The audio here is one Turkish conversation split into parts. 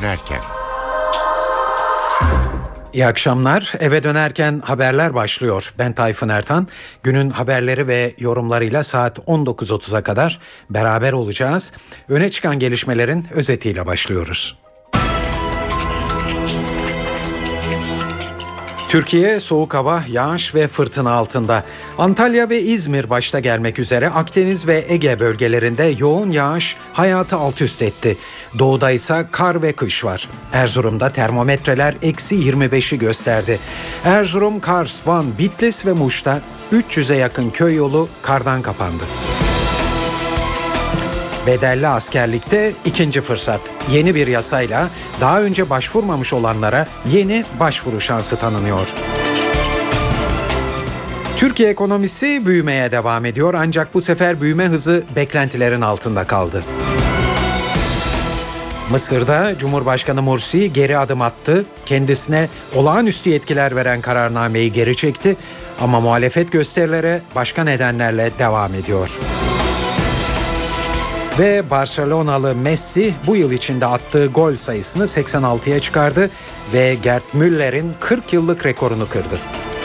dönerken. İyi akşamlar. Eve dönerken haberler başlıyor. Ben Tayfun Ertan. Günün haberleri ve yorumlarıyla saat 19.30'a kadar beraber olacağız. Öne çıkan gelişmelerin özetiyle başlıyoruz. Türkiye soğuk hava, yağış ve fırtına altında. Antalya ve İzmir başta gelmek üzere Akdeniz ve Ege bölgelerinde yoğun yağış hayatı alt üst etti. Doğuda ise kar ve kış var. Erzurum'da termometreler -25'i gösterdi. Erzurum, Kars, Van, Bitlis ve Muş'ta 300'e yakın köy yolu kardan kapandı. Bedelli askerlikte ikinci fırsat. Yeni bir yasayla daha önce başvurmamış olanlara yeni başvuru şansı tanınıyor. Türkiye ekonomisi büyümeye devam ediyor ancak bu sefer büyüme hızı beklentilerin altında kaldı. Mısır'da Cumhurbaşkanı Mursi geri adım attı. Kendisine olağanüstü yetkiler veren kararnameyi geri çekti ama muhalefet gösterilere başka nedenlerle devam ediyor. Ve Barcelonalı Messi bu yıl içinde attığı gol sayısını 86'ya çıkardı ve Gerd Müller'in 40 yıllık rekorunu kırdı.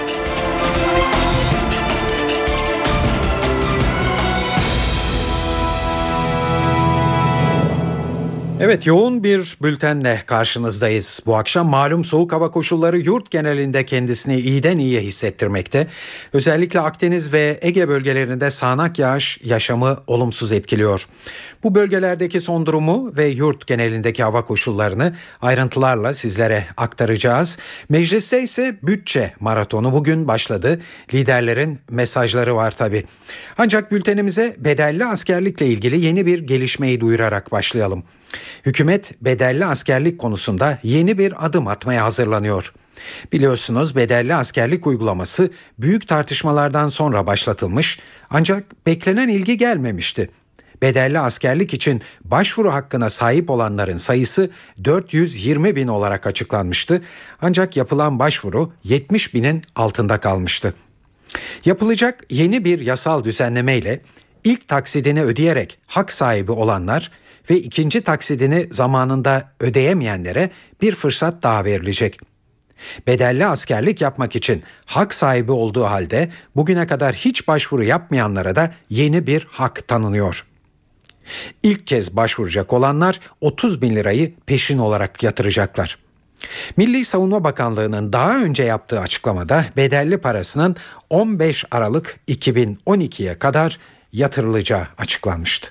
Evet, yoğun bir bültenle karşınızdayız. Bu akşam malum soğuk hava koşulları yurt genelinde kendisini iyiden iyiye hissettirmekte. Özellikle Akdeniz ve Ege bölgelerinde sağanak yağış yaşamı olumsuz etkiliyor. Bu bölgelerdeki son durumu ve yurt genelindeki hava koşullarını ayrıntılarla sizlere aktaracağız. Mecliste ise bütçe maratonu bugün başladı. Liderlerin mesajları var tabii. Ancak bültenimize bedelli askerlikle ilgili yeni bir gelişmeyi duyurarak başlayalım. Hükümet bedelli askerlik konusunda yeni bir adım atmaya hazırlanıyor. Biliyorsunuz bedelli askerlik uygulaması büyük tartışmalardan sonra başlatılmış ancak beklenen ilgi gelmemişti. Bedelli askerlik için başvuru hakkına sahip olanların sayısı 420 bin olarak açıklanmıştı ancak yapılan başvuru 70 binin altında kalmıştı. Yapılacak yeni bir yasal düzenlemeyle ilk taksidini ödeyerek hak sahibi olanlar ve ikinci taksidini zamanında ödeyemeyenlere bir fırsat daha verilecek. Bedelli askerlik yapmak için hak sahibi olduğu halde bugüne kadar hiç başvuru yapmayanlara da yeni bir hak tanınıyor. İlk kez başvuracak olanlar 30 bin lirayı peşin olarak yatıracaklar. Milli Savunma Bakanlığı'nın daha önce yaptığı açıklamada bedelli parasının 15 Aralık 2012'ye kadar yatırılacağı açıklanmıştı.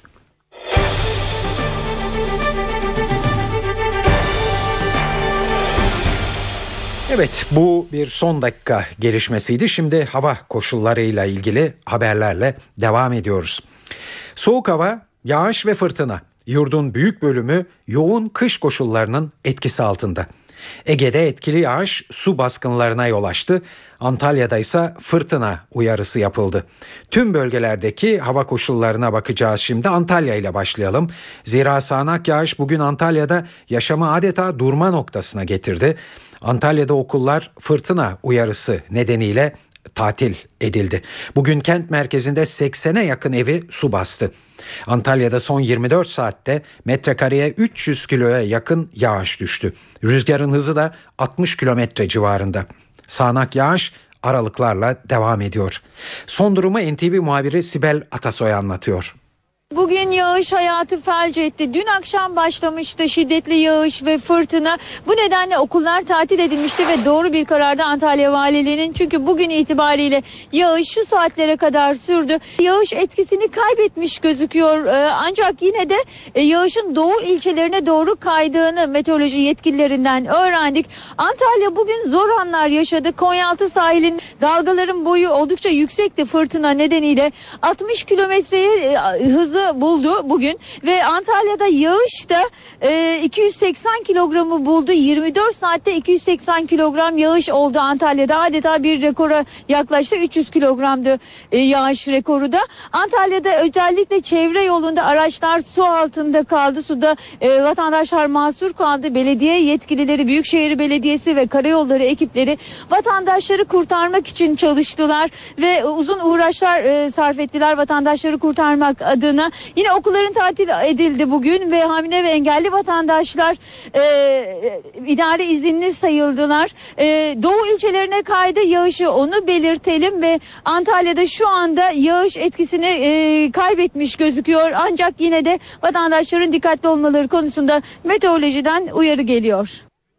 Evet, bu bir son dakika gelişmesiydi. Şimdi hava koşullarıyla ilgili haberlerle devam ediyoruz. Soğuk hava, yağış ve fırtına. Yurdun büyük bölümü yoğun kış koşullarının etkisi altında. Ege'de etkili yağış su baskınlarına yol açtı. Antalya'da ise fırtına uyarısı yapıldı. Tüm bölgelerdeki hava koşullarına bakacağız şimdi. Antalya ile başlayalım. Zira sağanak yağış bugün Antalya'da yaşamı adeta durma noktasına getirdi. Antalya'da okullar fırtına uyarısı nedeniyle tatil edildi. Bugün kent merkezinde 80'e yakın evi su bastı. Antalya'da son 24 saatte metrekareye 300 kiloya yakın yağış düştü. Rüzgarın hızı da 60 kilometre civarında. Sağanak yağış aralıklarla devam ediyor. Son durumu NTV muhabiri Sibel Atasoy anlatıyor. Bugün yağış hayatı felç etti. Dün akşam başlamıştı şiddetli yağış ve fırtına. Bu nedenle okullar tatil edilmişti ve doğru bir karardı Antalya Valiliği'nin. Çünkü bugün itibariyle yağış şu saatlere kadar sürdü. Yağış etkisini kaybetmiş gözüküyor. Ancak yine de yağışın doğu ilçelerine doğru kaydığını meteoroloji yetkililerinden öğrendik. Antalya bugün zor anlar yaşadı. Konyaaltı sahilin dalgaların boyu oldukça yüksekti fırtına nedeniyle. 60 kilometreye hızı buldu bugün ve Antalya'da yağış da 280 kilogramı buldu. 24 saatte 280 kilogram yağış oldu Antalya'da. Adeta bir rekora yaklaştı. 300 kilogramdı yağış rekoru da. Antalya'da özellikle çevre yolunda araçlar su altında kaldı. Suda vatandaşlar mahsur kaldı. Belediye yetkilileri, Büyükşehir Belediyesi ve karayolları ekipleri vatandaşları kurtarmak için çalıştılar ve uzun uğraşlar sarf ettiler vatandaşları kurtarmak adına. fırtına. Yine okulların tatil edildi bugün ve hamile ve engelli vatandaşlar idare izinli sayıldılar. Doğu ilçelerine kaydı yağışı, onu belirtelim ve Antalya'da şu anda yağış etkisini kaybetmiş gözüküyor. Ancak yine de vatandaşların dikkatli olmaları konusunda meteorolojiden uyarı geliyor.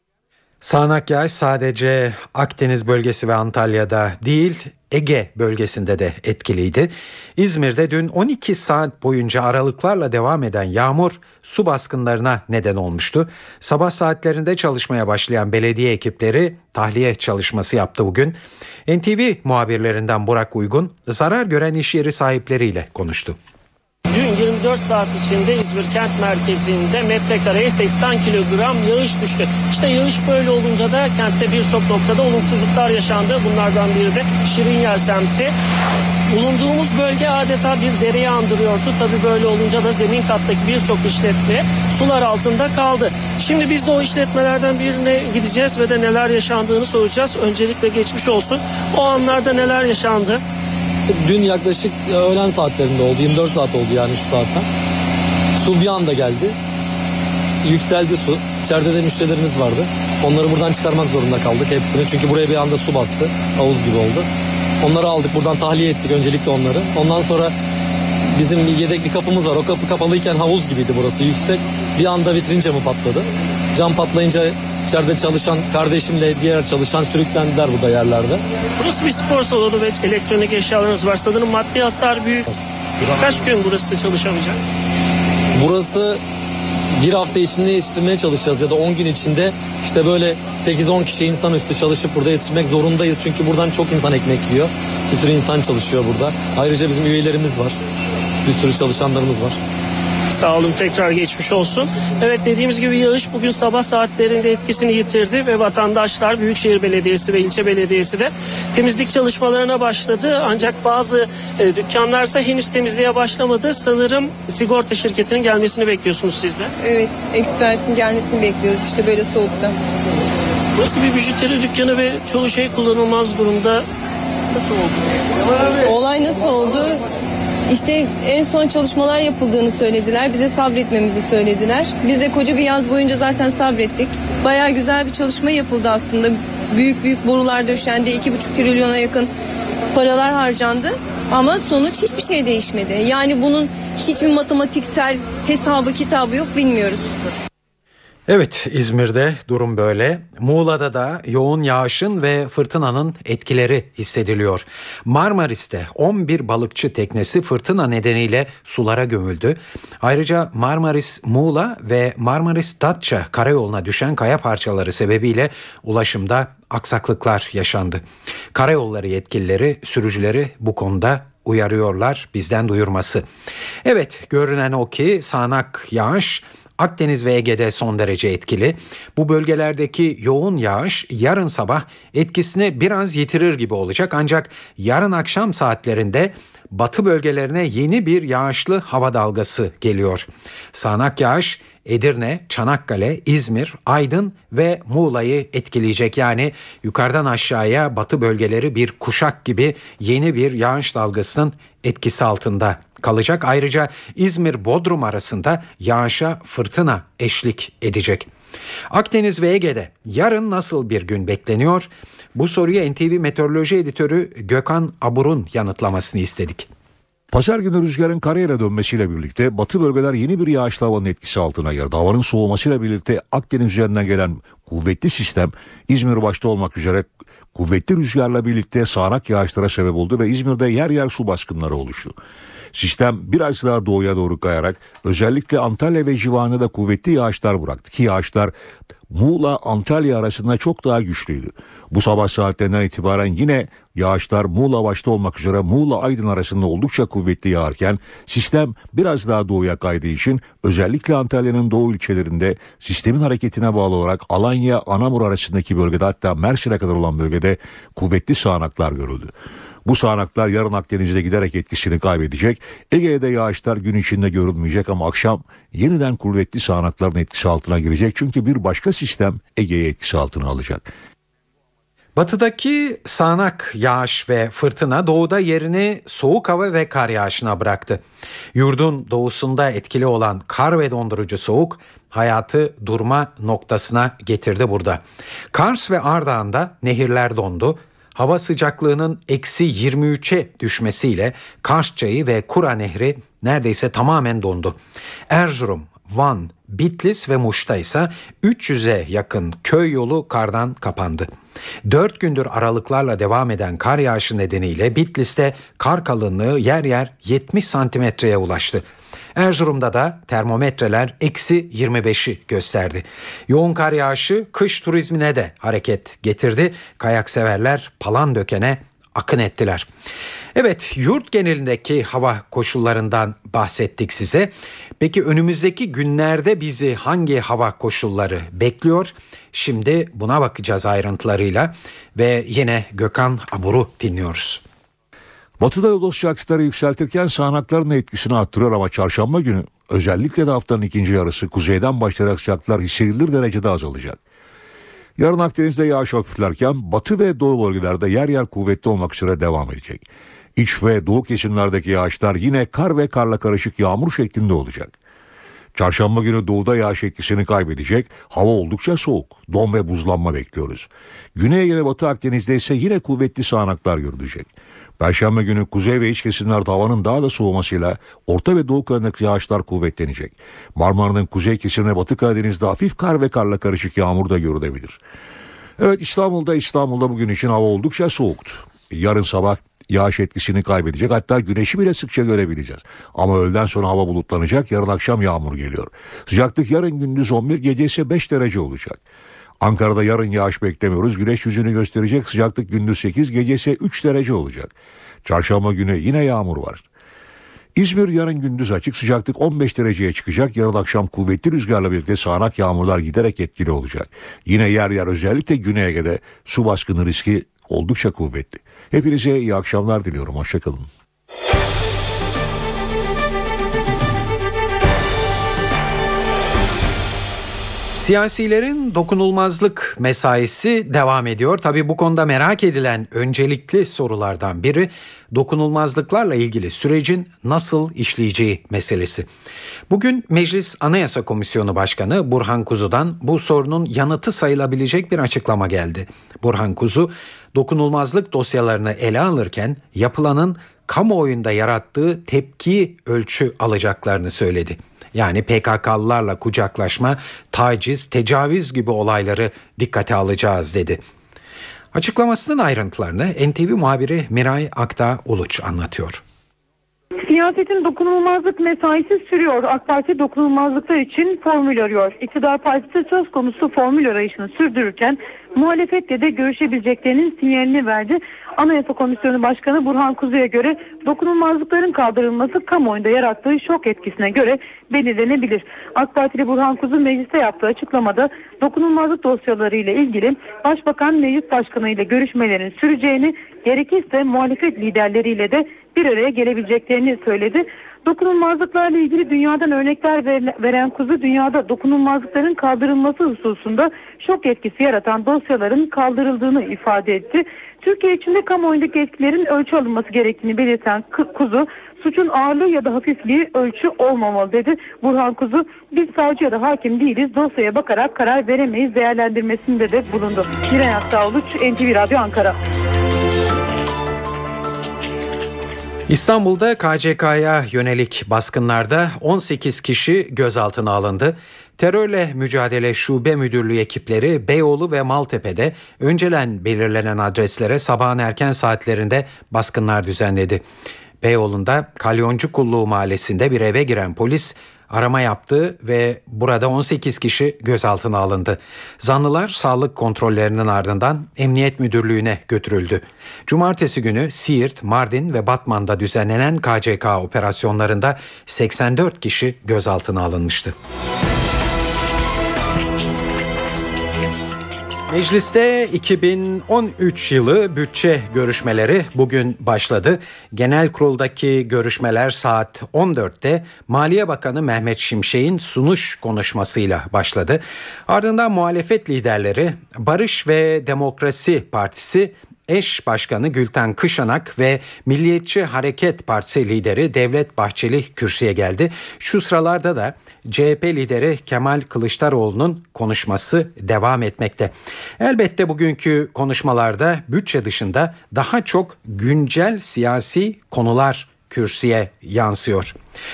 Sağanak yağış sadece Akdeniz bölgesi ve Antalya'da değil, Ege bölgesinde de etkiliydi. İzmir'de dün 12 saat boyunca aralıklarla devam eden yağmur su baskınlarına neden olmuştu. Sabah saatlerinde çalışmaya başlayan belediye ekipleri tahliye çalışması yaptı bugün. NTV muhabirlerinden Burak Uygun zarar gören iş yeri sahipleriyle konuştu. Dün 24 saat içinde İzmir kent merkezinde metrekareye 80 kilogram yağış düştü. İşte yağış böyle olunca da kentte birçok noktada olumsuzluklar yaşandı. Bunlardan biri de Şirinyer semti. Bulunduğumuz bölge adeta bir dereyi andırıyordu. Tabii böyle olunca da zemin kattaki birçok işletme sular altında kaldı. Şimdi biz de o işletmelerden birine gideceğiz ve de neler yaşandığını soracağız. Öncelikle geçmiş olsun. O anlarda neler yaşandı? Dün yaklaşık öğlen saatlerinde oldu. 24 saat oldu yani şu saatten. Su bir anda geldi. Yükseldi su. İçeride de müşterilerimiz vardı. Onları buradan çıkarmak zorunda kaldık hepsini. Çünkü buraya bir anda su bastı. Havuz gibi oldu. Onları aldık. Buradan tahliye ettik öncelikle onları. Ondan sonra bizim bir yedek bir kapımız var. O kapı kapalıyken havuz gibiydi burası, yüksek. Bir anda vitrin camı patladı. Cam patlayınca İçeride çalışan kardeşimle diğer çalışan sürüklendiler burada yerlerde. Burası bir spor salonu ve elektronik eşyalarınız var. Sanırım maddi hasar büyük. Kaç gün burası çalışamayacak? Burası bir hafta içinde yetiştirmeye çalışacağız ya da 10 gün içinde işte böyle 8-10 kişi insanüstü çalışıp burada yetiştirmek zorundayız. Çünkü buradan çok insan ekmek yiyor. Bir sürü insan çalışıyor burada. Ayrıca bizim üyelerimiz var. Bir sürü çalışanlarımız var. Sağ olun, tekrar geçmiş olsun. Evet, dediğimiz gibi yağış bugün sabah saatlerinde etkisini yitirdi ve vatandaşlar Büyükşehir Belediyesi ve ilçe belediyesi de temizlik çalışmalarına başladı. Ancak bazı dükkanlarsa henüz temizliğe başlamadı. Sanırım sigorta şirketinin gelmesini bekliyorsunuz siz de. Evet, ekspertin gelmesini bekliyoruz işte böyle soğukta. Burası bir bijuteri dükkanı ve çoğu şey kullanılmaz durumda. Nasıl oldu? Olay nasıl oldu? İşte en son çalışmalar yapıldığını söylediler. Bize sabretmemizi söylediler. Biz de koca bir yaz boyunca zaten sabrettik. Bayağı güzel bir çalışma yapıldı aslında. Büyük büyük borular döşendi. 2,5 trilyona yakın paralar harcandı. Ama sonuç hiçbir şey değişmedi. Yani bunun hiçbir matematiksel hesabı kitabı yok, bilmiyoruz. Evet, İzmir'de durum böyle. Muğla'da da yoğun yağışın ve fırtınanın etkileri hissediliyor. Marmaris'te 11 balıkçı teknesi fırtına nedeniyle sulara gömüldü. Ayrıca Marmaris-Muğla ve Marmaris-Datça karayoluna düşen kaya parçaları sebebiyle ulaşımda aksaklıklar yaşandı. Karayolları yetkilileri sürücüleri bu konuda uyarıyorlar, bizden duyurması. Evet, görünen o ki sağanak yağış Akdeniz ve Ege'de son derece etkili. Bu bölgelerdeki yoğun yağış yarın sabah etkisini biraz yitirir gibi olacak. Ancak yarın akşam saatlerinde batı bölgelerine yeni bir yağışlı hava dalgası geliyor. Sağanak yağış Edirne, Çanakkale, İzmir, Aydın ve Muğla'yı etkileyecek. Yani yukarıdan aşağıya batı bölgeleri bir kuşak gibi yeni bir yağış dalgasının etkisi altında kalacak. Ayrıca İzmir-Bodrum arasında yağışa fırtına eşlik edecek. Akdeniz ve Ege'de yarın nasıl bir gün bekleniyor? Bu soruyu NTV Meteoroloji Editörü Gökhan Abur'un yanıtlamasını istedik. Pazar günü rüzgarın karayla dönmesiyle birlikte batı bölgeler yeni bir yağışlı havanın etkisi altına girdi. Havanın soğumasıyla birlikte Akdeniz üzerinden gelen kuvvetli sistem İzmir başta olmak üzere kuvvetli rüzgarla birlikte sağanak yağışlara sebep oldu ve İzmir'de yer yer su baskınları oluştu. Sistem biraz daha doğuya doğru kayarak özellikle Antalya ve civarında da kuvvetli yağışlar bıraktı ki yağışlar Muğla-Antalya arasında çok daha güçlüydü. Bu sabah saatlerinden itibaren yine yağışlar Muğla başta olmak üzere Muğla-Aydın arasında oldukça kuvvetli yağarken sistem biraz daha doğuya kaydığı için özellikle Antalya'nın doğu ilçelerinde sistemin hareketine bağlı olarak Alanya-Anamur arasındaki bölgede hatta Mersin'e kadar olan bölgede kuvvetli sağanaklar görüldü. Bu sağanaklar yarın Akdeniz'de giderek etkisini kaybedecek. Ege'de yağışlar gün içinde görülmeyecek ama akşam yeniden kuvvetli sağanakların etkisi altına girecek. Çünkü bir başka sistem Ege'yi etkisi altına alacak. Batıdaki sağanak yağış ve fırtına doğuda yerini soğuk hava ve kar yağışına bıraktı. Yurdun doğusunda etkili olan kar ve dondurucu soğuk hayatı durma noktasına getirdi burada. Kars ve Ardahan'da nehirler dondu. Hava sıcaklığının -23'e düşmesiyle Kars Çayı ve Kura Nehri neredeyse tamamen dondu. Erzurum, Van, Bitlis ve Muş'ta ise 300'e yakın köy yolu kardan kapandı. 4 gündür aralıklarla devam eden kar yağışı nedeniyle Bitlis'te kar kalınlığı yer yer 70 santimetreye ulaştı. Erzurum'da da termometreler -25'i gösterdi. Yoğun kar yağışı kış turizmine de hareket getirdi. Kayak severler Palandöken'e akın ettiler. Evet, yurt genelindeki hava koşullarından bahsettik size. Peki önümüzdeki günlerde bizi hangi hava koşulları bekliyor? Şimdi buna bakacağız ayrıntılarıyla ve yine Gökhan Abur'u dinliyoruz. Batıda yol sıcaklıkları yükseltirken sağanakların etkisini arttırıyor ama çarşamba günü özellikle de haftanın ikinci yarısı kuzeyden başlayarak sıcaklıklar hissedilir derecede azalacak. Yarın Akdeniz'de yağış hafiflerken batı ve doğu bölgelerde yer yer kuvvetli olmak üzere devam edecek. İç ve doğu kesimlerdeki yağışlar yine kar ve karla karışık yağmur şeklinde olacak. Çarşamba günü doğuda yağış etkisini kaybedecek, hava oldukça soğuk, don ve buzlanma bekliyoruz. Güney Ege ve Batı Akdeniz'de ise yine kuvvetli sağanaklar görülecek. Perşembe günü kuzey ve iç kesimlerde havanın daha da soğumasıyla Orta ve Doğu Karadeniz'deki yağışlar kuvvetlenecek. Marmara'nın kuzey kesimine Batı Karadeniz'de hafif kar ve karla karışık yağmur da görülebilir. Evet, İstanbul'da bugün için hava oldukça soğuktu. Yarın sabah yağış etkisini kaybedecek, hatta güneşi bile sıkça görebileceğiz. Ama öğleden sonra hava bulutlanacak, yarın akşam yağmur geliyor. Sıcaklık yarın gündüz 11, gece ise 5 derece olacak. Ankara'da yarın yağış beklemiyoruz. Güneş yüzünü gösterecek, sıcaklık gündüz 8, gece ise 3 derece olacak. Çarşamba günü yine yağmur var. İzmir yarın gündüz açık, sıcaklık 15 dereceye çıkacak. Yarın akşam kuvvetli rüzgarla birlikte sağanak yağmurlar giderek etkili olacak. Yine yer yer özellikle Güney Ege'de su baskını riski oldukça kuvvetli. Hepinize iyi akşamlar diliyorum. Hoşçakalın. Siyasilerin dokunulmazlık mesaisi devam ediyor. Tabii bu konuda merak edilen öncelikli sorulardan biri dokunulmazlıklarla ilgili sürecin nasıl işleyeceği meselesi. Bugün Meclis Anayasa Komisyonu Başkanı Burhan Kuzu'dan bu sorunun yanıtı sayılabilecek bir açıklama geldi. Burhan Kuzu, dokunulmazlık dosyalarını ele alırken yapılanın kamuoyunda yarattığı tepkiyi ölçü alacaklarını söyledi. Yani PKK'lılarla kucaklaşma, taciz, tecavüz gibi olayları dikkate alacağız dedi. Açıklamasının ayrıntılarını NTV muhabiri Miray Akdağ Uluç anlatıyor. Siyasetin dokunulmazlık mesaisi sürüyor. AK Parti dokunulmazlıklar için formül arıyor. İktidar partisi söz konusu formül arayışını sürdürürken muhalefetle de görüşebileceklerinin sinyalini verdi. Anayasa Komisyonu Başkanı Burhan Kuzu'ya göre dokunulmazlıkların kaldırılması kamuoyunda yarattığı şok etkisine göre belirlenebilir. AK Partili Burhan Kuzu mecliste yaptığı açıklamada dokunulmazlık dosyaları ile ilgili Başbakan Meclis Başkanı ile görüşmelerin süreceğini, gerekirse muhalefet liderleriyle de bir araya gelebileceklerini söyledi. Dokunulmazlıklarla ilgili dünyadan örnekler veren Kuzu, dünyada dokunulmazlıkların kaldırılması hususunda şok etkisi yaratan dosyaların kaldırıldığını ifade etti. Türkiye içinde kamuoyundaki etkilerin ölçü alınması gerektiğini belirten Kuzu, suçun ağırlığı ya da hafifliği ölçü olmamalı dedi. Burhan Kuzu, biz savcı ya da hakim değiliz, dosyaya bakarak karar veremeyiz değerlendirmesinde de bulundu. Miray Akdağ Uluç, NTV Radyo Ankara. İstanbul'da KCK'ya yönelik baskınlarda 18 kişi gözaltına alındı. Terörle Mücadele Şube Müdürlüğü ekipleri Beyoğlu ve Maltepe'de önceden belirlenen adreslere sabahın erken saatlerinde baskınlar düzenledi. Beyoğlu'nda Kalyoncukulluğu mahallesinde bir eve giren polis arama yaptı ve burada 18 kişi gözaltına alındı. Zanlılar sağlık kontrollerinin ardından Emniyet Müdürlüğü'ne götürüldü. Cumartesi günü Siirt, Mardin ve Batman'da düzenlenen KCK operasyonlarında 84 kişi gözaltına alınmıştı. Mecliste 2013 yılı bütçe görüşmeleri bugün başladı. Genel kuruldaki görüşmeler saat 14'te Maliye Bakanı Mehmet Şimşek'in sunuş konuşmasıyla başladı. Ardından muhalefet liderleri Barış ve Demokrasi Partisi eş başkanı Gülten Kışanak ve Milliyetçi Hareket Partisi lideri Devlet Bahçeli kürsüye geldi. Şu sıralarda da CHP lideri Kemal Kılıçdaroğlu'nun konuşması devam etmekte. Elbette bugünkü konuşmalarda bütçe dışında daha çok güncel siyasi konular kürsüye yansıyor.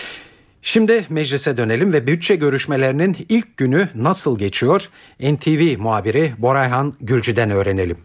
Şimdi meclise dönelim ve bütçe görüşmelerinin ilk günü nasıl geçiyor? NTV muhabiri Borayhan Gülcü'den öğrenelim.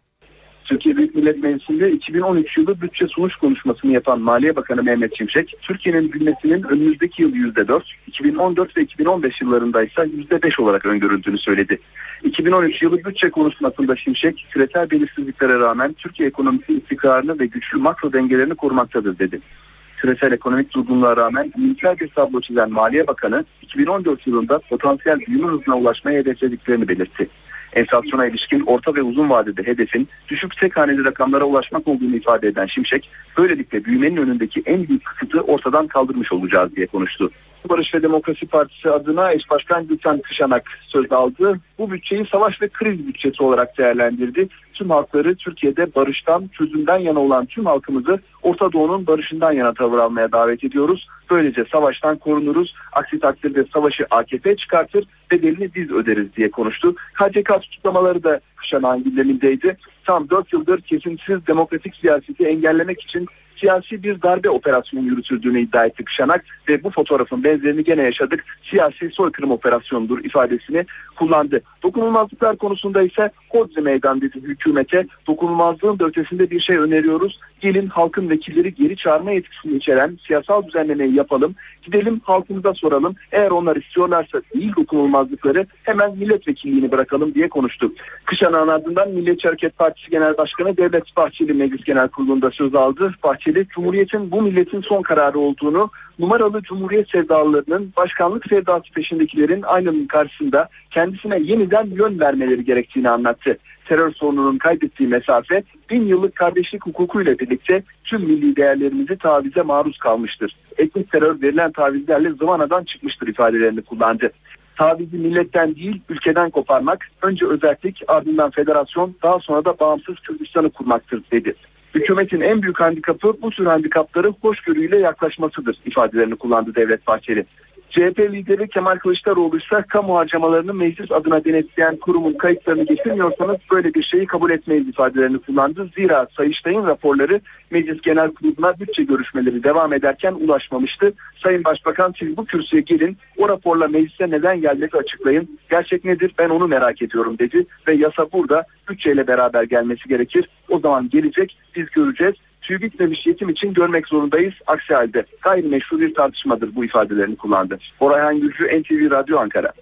Türkiye Büyük Millet Meclisi'nde 2013 yılı bütçe sunuş konuşmasını yapan Maliye Bakanı Mehmet Şimşek, Türkiye'nin büyümesinin önümüzdeki yıl %4, 2014 ve 2015 yıllarında ise %5 olarak öngörüldüğünü söyledi. 2013 yılı bütçe konuşmasında Şimşek, küresel belirsizliklere rağmen Türkiye ekonomisi istikrarını ve güçlü makro dengelerini korumaktadır dedi. Küresel ekonomik durgunluğa rağmen iyimser bir tablo çizen Maliye Bakanı, 2014 yılında potansiyel büyüme hızına ulaşmayı hedeflediklerini belirtti. Enflasyona ilişkin orta ve uzun vadede hedefin düşük tek haneli rakamlara ulaşmak olduğunu ifade eden Şimşek, böylelikle büyümenin önündeki en büyük kısıtı ortadan kaldırmış olacağız diye konuştu. Barış ve Demokrasi Partisi adına eş başkan Gülten Kışanak söz aldı. Bu bütçeyi savaş ve kriz bütçesi olarak değerlendirdi. Tüm halkları Türkiye'de barıştan, çözümden yana olan tüm halkımızı Orta Doğu'nun barışından yana tavır almaya davet ediyoruz. Böylece savaştan korunuruz. Aksi takdirde savaşı AKP çıkartır, bedelini biz öderiz diye konuştu. KCK tutuklamaları da Kışanak'ın gündemindeydi. Tam 4 yıldır kesintisiz demokratik siyaseti engellemek için siyasi bir darbe operasyonu yürütüldüğünü iddia etti Kışanak ve bu fotoğrafın benzerini gene yaşadık. Siyasi soykırım operasyonudur ifadesini kullandı. Dokunulmazlıklar konusunda ise hodri meydan dedi hükümete. Dokunulmazlığın da ötesinde bir şey öneriyoruz. Gelin halkın vekilleri geri çağırma yetkisini içeren siyasal düzenlemeyi yapalım. Gidelim halkımıza soralım. Eğer onlar istiyorlarsa değil dokunulmazlıkları hemen milletvekilliğini bırakalım diye konuştu. Kışanak'ın ardından Milliyetçi Hareket Partisi Genel Başkanı Devlet Bahçeli Meclis Genel Kurulu'nda söz aldı. Bahçeli, Cumhuriyet'in bu milletin son kararı olduğunu, numaralı Cumhuriyet sevdalılarının başkanlık sevdası peşindekilerin aynanın karşısında kendisine yeniden yön vermeleri gerektiğini anlattı. Terör sorununun kaybettiği mesafe 1000 yıllık kardeşlik hukukuyla birlikte tüm milli değerlerimizi tavize maruz kalmıştır. Etnik terör verilen tavizlerle zıvanadan çıkmıştır ifadelerini kullandı. Tavizi milletten değil ülkeden koparmak, önce özellik ardından federasyon daha sonra da bağımsız Kürdistan'ı kurmaktır dedi. Hükümetin en büyük handikapı bu tür handikapları hoşgörüyle yaklaşmasıdır ifadelerini kullandı Devlet Bahçeli. CHP lideri Kemal Kılıçdaroğlu ise kamu harcamalarını meclis adına denetleyen kurumun kayıtlarını getirmiyorsanız böyle bir şeyi kabul etmeyiz ifadelerini kullandı. Zira Sayıştay'ın raporları Meclis Genel Kurulu'na bütçe görüşmeleri devam ederken ulaşmamıştı. Sayın Başbakan siz bu kürsüye gelin, o raporla meclise neden gelmesi açıklayın. Gerçek nedir ben onu merak ediyorum dedi ve yasa burada bütçeyle beraber gelmesi gerekir. O zaman gelecek biz göreceğiz. Tüy bitmemiş yetim için görmek zorundayız. Aksi halde gayrimeşru bir tartışmadır bu ifadelerini kullandı. Borayhan Gülcü, NTV Radyo Ankara.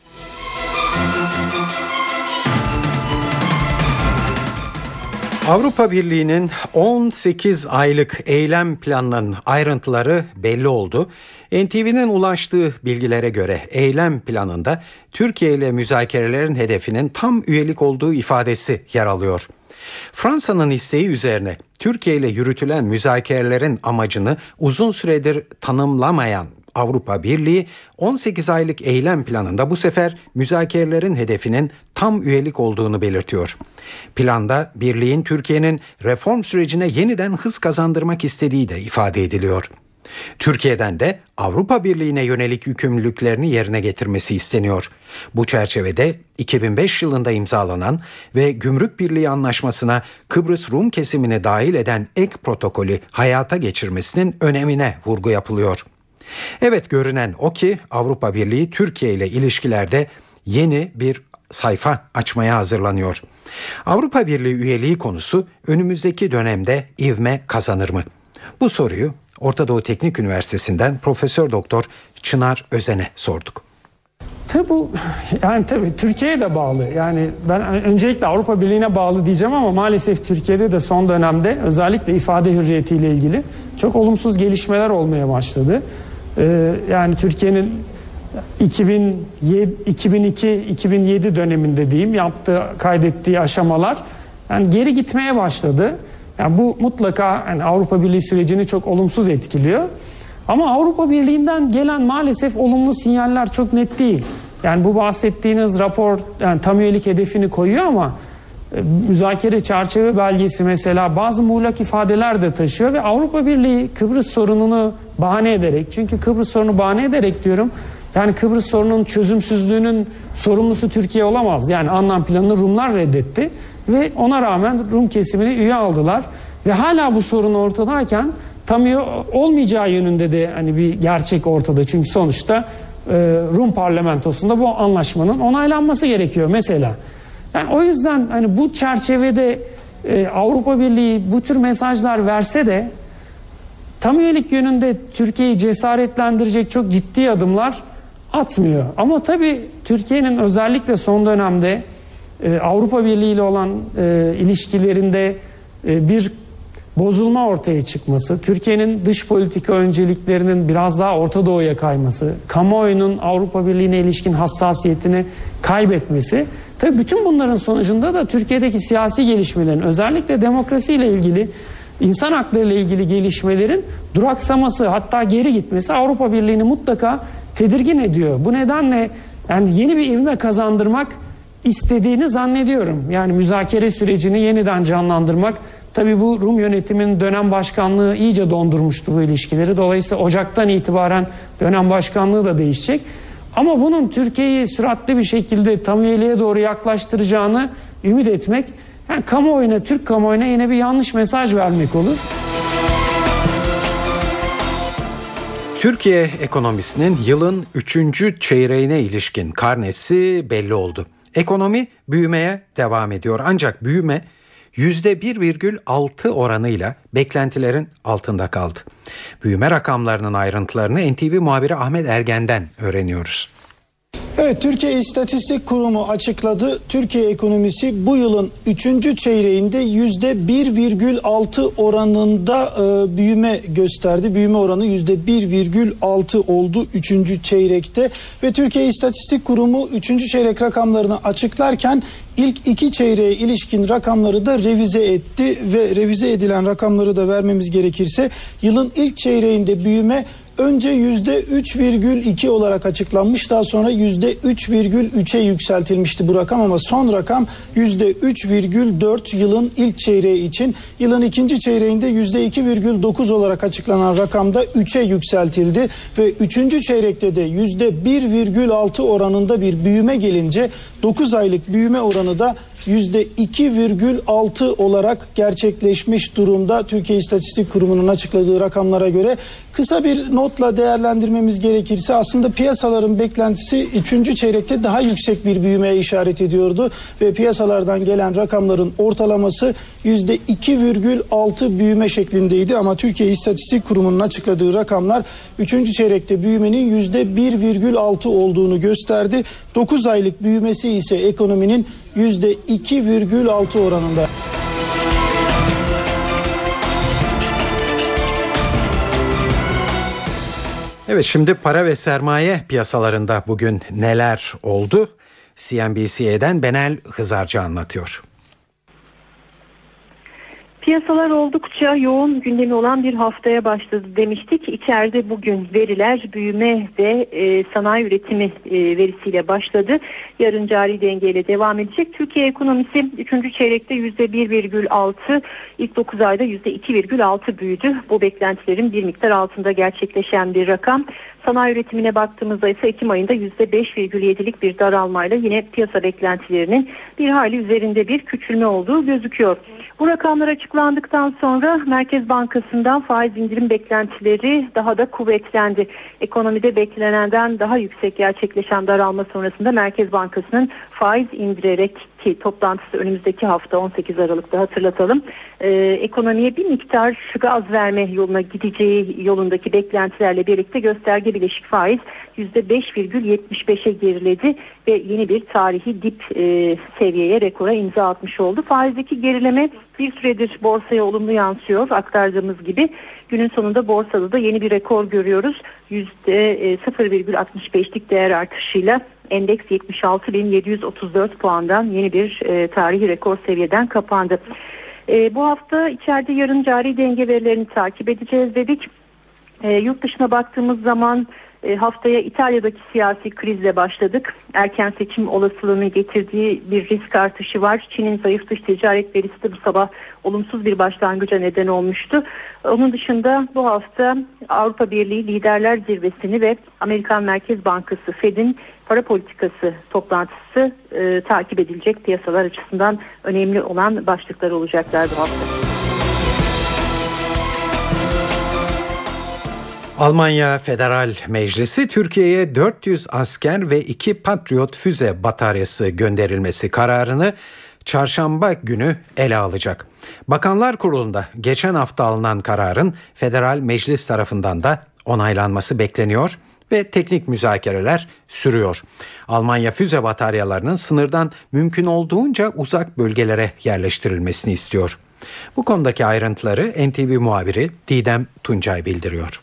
Avrupa Birliği'nin 18 aylık eylem planının ayrıntıları belli oldu. NTV'nin ulaştığı bilgilere göre eylem planında Türkiye ile müzakerelerin hedefinin tam üyelik olduğu ifadesi yer alıyor. Fransa'nın isteği üzerine Türkiye ile yürütülen müzakerelerin amacını uzun süredir tanımlamayan Avrupa Birliği 18 aylık eylem planında bu sefer müzakerelerin hedefinin tam üyelik olduğunu belirtiyor. Planda birliğin Türkiye'nin reform sürecine yeniden hız kazandırmak istediği de ifade ediliyor. Türkiye'den de Avrupa Birliği'ne yönelik yükümlülüklerini yerine getirmesi isteniyor. Bu çerçevede 2005 yılında imzalanan ve Gümrük Birliği Anlaşması'na Kıbrıs Rum kesimini dahil eden ek protokolü hayata geçirmesinin önemine vurgu yapılıyor. Evet, görünen o ki Avrupa Birliği Türkiye ile ilişkilerde yeni bir sayfa açmaya hazırlanıyor. Avrupa Birliği üyeliği konusu önümüzdeki dönemde ivme kazanır mı? Bu soruyu Orta Doğu Teknik Üniversitesi'nden Profesör Doktor Çınar Özen'e sorduk. Tabii Türkiye'ye de bağlı. Yani ben öncelikle Avrupa Birliği'ne bağlı diyeceğim ama maalesef Türkiye'de de son dönemde özellikle ifade hürriyetiyle ilgili çok olumsuz gelişmeler olmaya başladı. Yani Türkiye'nin 2002-2007 döneminde diyeyim kaydettiği aşamalar yani geri gitmeye başladı. Yani bu mutlaka yani Avrupa Birliği sürecini çok olumsuz etkiliyor. Ama Avrupa Birliği'nden gelen maalesef olumlu sinyaller çok net değil. Yani bu bahsettiğiniz rapor yani tam üyelik hedefini koyuyor ama müzakere çerçeve belgesi mesela bazı muğlak ifadeler de taşıyor ve Avrupa Birliği Kıbrıs sorununu bahane ederek, çünkü Kıbrıs sorunu bahane ederek diyorum, yani Kıbrıs sorunun çözümsüzlüğünün sorumlusu Türkiye olamaz. Yani anlam planını Rumlar reddetti ve ona rağmen Rum kesimini üye aldılar ve hala bu sorun ortadayken tam üye olmayacağı yönünde de hani bir gerçek ortada. Çünkü sonuçta Rum parlamentosunda bu anlaşmanın onaylanması gerekiyor mesela. Yani o yüzden hani bu çerçevede Avrupa Birliği bu tür mesajlar verse de tam üyelik yönünde Türkiye'yi cesaretlendirecek çok ciddi adımlar atmıyor. Ama tabii Türkiye'nin özellikle son dönemde Avrupa Birliği ile olan ilişkilerinde bir bozulma ortaya çıkması, Türkiye'nin dış politika önceliklerinin biraz daha Orta Doğu'ya kayması, kamuoyunun Avrupa Birliği'ne ilişkin hassasiyetini kaybetmesi, tabii bütün bunların sonucunda da Türkiye'deki siyasi gelişmelerin, özellikle demokrasiyle ilgili, insan hakları ile ilgili gelişmelerin duraksaması, hatta geri gitmesi Avrupa Birliği'ni mutlaka tedirgin ediyor. Bu nedenle yani yeni bir ivme kazandırmak istediğini zannediyorum. Yani müzakere sürecini yeniden canlandırmak. Tabii bu Rum yönetiminin dönem başkanlığı iyice dondurmuştu bu ilişkileri. Dolayısıyla Ocak'tan itibaren dönem başkanlığı da değişecek. Ama bunun Türkiye'yi süratli bir şekilde tam üyeliğe doğru yaklaştıracağını ümit etmek, yani kamuoyuna, Türk kamuoyuna yine bir yanlış mesaj vermek olur. Türkiye ekonomisinin yılın 3. çeyreğine ilişkin karnesi belli oldu. Ekonomi büyümeye devam ediyor. Ancak büyüme %1,6 oranıyla beklentilerin altında kaldı. Büyüme rakamlarının ayrıntılarını NTV muhabiri Ahmet Ergen'den öğreniyoruz. Evet, Türkiye İstatistik Kurumu açıkladı. Türkiye ekonomisi bu yılın 3. çeyreğinde %1,6 oranında büyüme gösterdi. Büyüme oranı %1,6 oldu 3. çeyrekte ve Türkiye İstatistik Kurumu 3. çeyrek rakamlarını açıklarken ilk 2 çeyreğe ilişkin rakamları da revize etti ve revize edilen rakamları da vermemiz gerekirse yılın ilk çeyreğinde büyüme önce %3,2 olarak açıklanmış, daha sonra %3,3'e yükseltilmişti bu rakam ama son rakam %3,4 yılın ilk çeyreği için. Yılın ikinci çeyreğinde %2,9 olarak açıklanan rakam da 3'e yükseltildi ve 3. çeyrekte de %1,6 oranında bir büyüme gelince 9 aylık büyüme oranı da %2,6 olarak gerçekleşmiş durumda. Türkiye İstatistik Kurumu'nun açıkladığı rakamlara göre kısa bir notla değerlendirmemiz gerekirse aslında piyasaların beklentisi 3. çeyrekte daha yüksek bir büyümeye işaret ediyordu ve piyasalardan gelen rakamların ortalaması %2,6 büyüme şeklindeydi ama Türkiye İstatistik Kurumu'nun açıkladığı rakamlar 3. çeyrekte büyümenin %1,6 olduğunu gösterdi. 9 aylık büyümesi ise ekonominin %2,6 oranında. Evet, şimdi para ve sermaye piyasalarında bugün neler oldu? CNBC'den Benel Hızarcı anlatıyor. Piyasalar oldukça yoğun gündemi olan bir haftaya başladı demiştik. İçeride bugün veriler büyüme ve sanayi üretimi verisiyle başladı. Yarın cari dengeyle devam edecek. Türkiye ekonomisi 3. çeyrekte %1,6, ilk 9 ayda %2,6 büyüdü. Bu beklentilerin bir miktar altında gerçekleşen bir rakam. Sanayi üretimine baktığımızda ise Ekim ayında %5,7'lik bir daralmayla yine piyasa beklentilerinin bir hali üzerinde bir küçülme olduğu gözüküyor. Bu rakamlar açıklandıktan sonra Merkez Bankası'ndan faiz indirim beklentileri daha da kuvvetlendi. Ekonomide beklenenden daha yüksek gerçekleşen daralma sonrasında Merkez Bankası'nın faiz indirerek ki toplantısı önümüzdeki hafta 18 Aralık'ta hatırlatalım. Ekonomiye bir miktar gaz verme yoluna gideceği yolundaki beklentilerle birlikte gösterge bileşik faiz %5,75'e geriledi ve yeni bir tarihi dip seviyeye, rekora imza atmış oldu. Faizdeki gerileme bir süredir borsaya olumlu yansıyor. Aktardığımız gibi günün sonunda borsada da yeni bir rekor görüyoruz. %0,65'lik değer artışıyla endeks 76.734 puandan yeni bir tarihi rekor seviyeden kapandı. Bu hafta içeride yarın cari denge verilerini takip edeceğiz dedik. Yurt dışına baktığımız zaman haftaya İtalya'daki siyasi krizle başladık. Erken seçim olasılığının getirdiği bir risk artışı var. Çin'in zayıf dış ticaret verisi de bu sabah olumsuz bir başlangıca neden olmuştu. Onun dışında bu hafta Avrupa Birliği Liderler Zirvesi'ni ve Amerikan Merkez Bankası Fed'in para politikası toplantısı takip edilecek, piyasalar açısından önemli olan başlıklar olacaklar bu hafta. Almanya Federal Meclisi Türkiye'ye 400 asker ve 2 Patriot füze bataryası gönderilmesi kararını çarşamba günü ele alacak. Bakanlar Kurulu'nda geçen hafta alınan kararın Federal Meclis tarafından da onaylanması bekleniyor ve teknik müzakereler sürüyor. Almanya füze bataryalarının sınırdan mümkün olduğunca uzak bölgelere yerleştirilmesini istiyor. Bu konudaki ayrıntıları NTV muhabiri Didem Tuncay bildiriyor.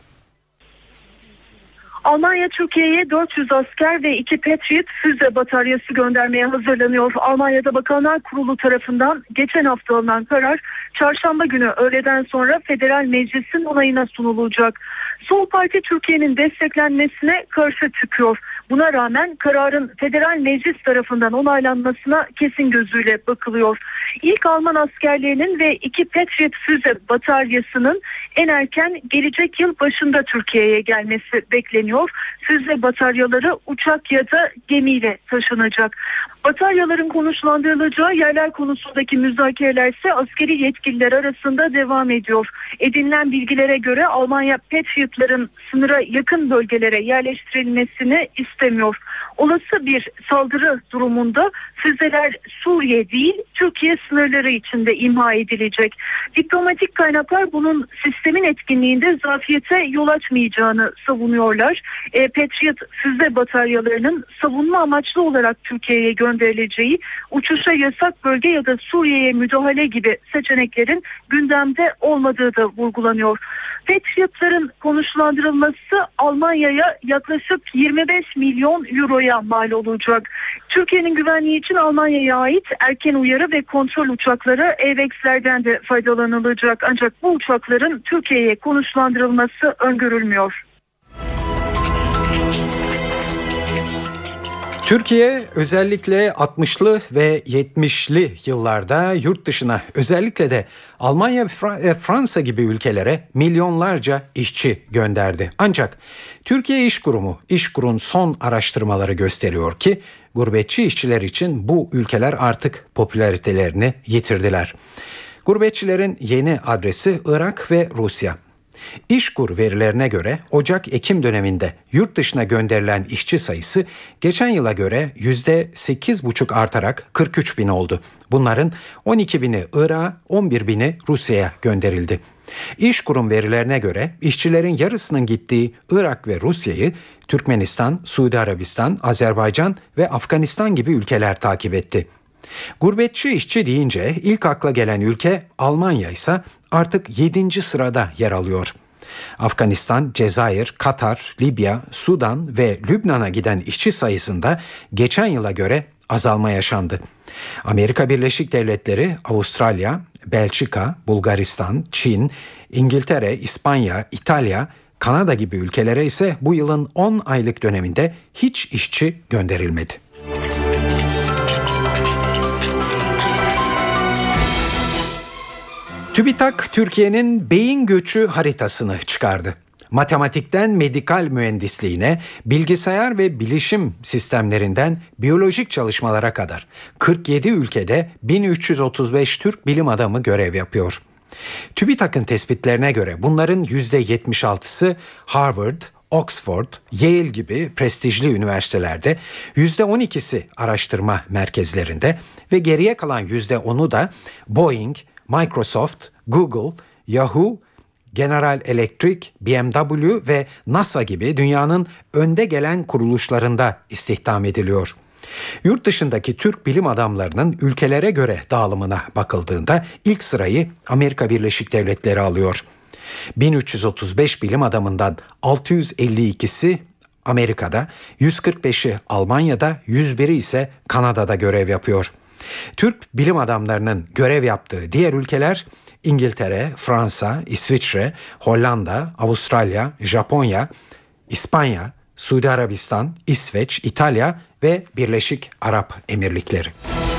Almanya Türkiye'ye 400 asker ve 2 Patriot füze bataryası göndermeye hazırlanıyor. Almanya'da Bakanlar Kurulu tarafından geçen hafta alınan karar çarşamba günü öğleden sonra Federal Meclis'in onayına sunulacak. Sol Parti Türkiye'nin desteklenmesine karşı çıkıyor. Buna rağmen kararın Federal Meclis tarafından onaylanmasına kesin gözüyle bakılıyor. İlk Alman askerlerinin ve 2 Patriot füze bataryasının en erken gelecek yıl başında Türkiye'ye gelmesi bekleniyor. Füze bataryaları uçak ya da gemiyle taşınacak. Bataryaların konuşlandırılacağı yerler konusundaki müzakereler ise askeri yetkililer arasında devam ediyor. Edinilen bilgilere göre Almanya Patriot'ların sınıra yakın bölgelere yerleştirilmesini istemiyor. Olası bir saldırı durumunda füzeler Suriye değil Türkiye sınırları içinde imha edilecek. Diplomatik kaynaklar bunun sistemin etkinliğinde zafiyete yol açmayacağını savunuyorlar. Patriot füze bataryalarının savunma amaçlı olarak Türkiye'ye gönderileceği, uçuşa yasak bölge ya da Suriye'ye müdahale gibi seçeneklerin gündemde olmadığı da vurgulanıyor. Patriot'ların konuşlandırılması Almanya'ya yaklaşık 25 milyon euroya mal olacak. Türkiye'nin güvenliği için Almanya'ya ait erken uyarı ve kontrol uçakları AWACS'lerden de faydalanılacak. Ancak bu uçakların Türkiye'ye konuşlandırılması öngörülmüyor. Türkiye özellikle 60'lı ve 70'li yıllarda yurt dışına, özellikle de Almanya ve Fransa gibi ülkelere milyonlarca işçi gönderdi. Ancak Türkiye İş Kurumu, İşkur'un son araştırmaları gösteriyor ki gurbetçi işçiler için bu ülkeler artık popülaritelerini yitirdiler. Gurbetçilerin yeni adresi Irak ve Rusya. İşkur verilerine göre Ocak-Ekim döneminde yurt dışına gönderilen işçi sayısı geçen yıla göre %8,5 artarak 43 bin oldu. Bunların 12 bini Irak'a, 11 bini Rusya'ya gönderildi. İşkur'un verilerine göre işçilerin yarısının gittiği Irak ve Rusya'yı Türkmenistan, Suudi Arabistan, Azerbaycan ve Afganistan gibi ülkeler takip etti. Gurbetçi işçi deyince ilk akla gelen ülke Almanya ise artık 7. sırada yer alıyor. Afganistan, Cezayir, Katar, Libya, Sudan ve Lübnan'a giden işçi sayısında geçen yıla göre azalma yaşandı. Amerika Birleşik Devletleri, Avustralya, Belçika, Bulgaristan, Çin, İngiltere, İspanya, İtalya, Kanada gibi ülkelere ise bu yılın 10 aylık döneminde hiç işçi gönderilmedi. TÜBİTAK Türkiye'nin beyin göçü haritasını çıkardı. Matematikten medikal mühendisliğine, bilgisayar ve bilişim sistemlerinden biyolojik çalışmalara kadar 47 ülkede 1335 Türk bilim adamı görev yapıyor. TÜBİTAK'ın tespitlerine göre bunların %76'sı Harvard, Oxford, Yale gibi prestijli üniversitelerde, %12'si araştırma merkezlerinde ve geriye kalan %10'u da Boeing, Microsoft, Google, Yahoo, General Electric, BMW ve NASA gibi dünyanın önde gelen kuruluşlarında istihdam ediliyor. Yurt dışındaki Türk bilim adamlarının ülkelere göre dağılımına bakıldığında ilk sırayı Amerika Birleşik Devletleri alıyor. 1335 bilim adamından 652'si Amerika'da, 145'i Almanya'da, 101'i ise Kanada'da görev yapıyor. Türk bilim adamlarının görev yaptığı diğer ülkeler İngiltere, Fransa, İsviçre, Hollanda, Avustralya, Japonya, İspanya, Suudi Arabistan, İsveç, İtalya ve Birleşik Arap Emirlikleri.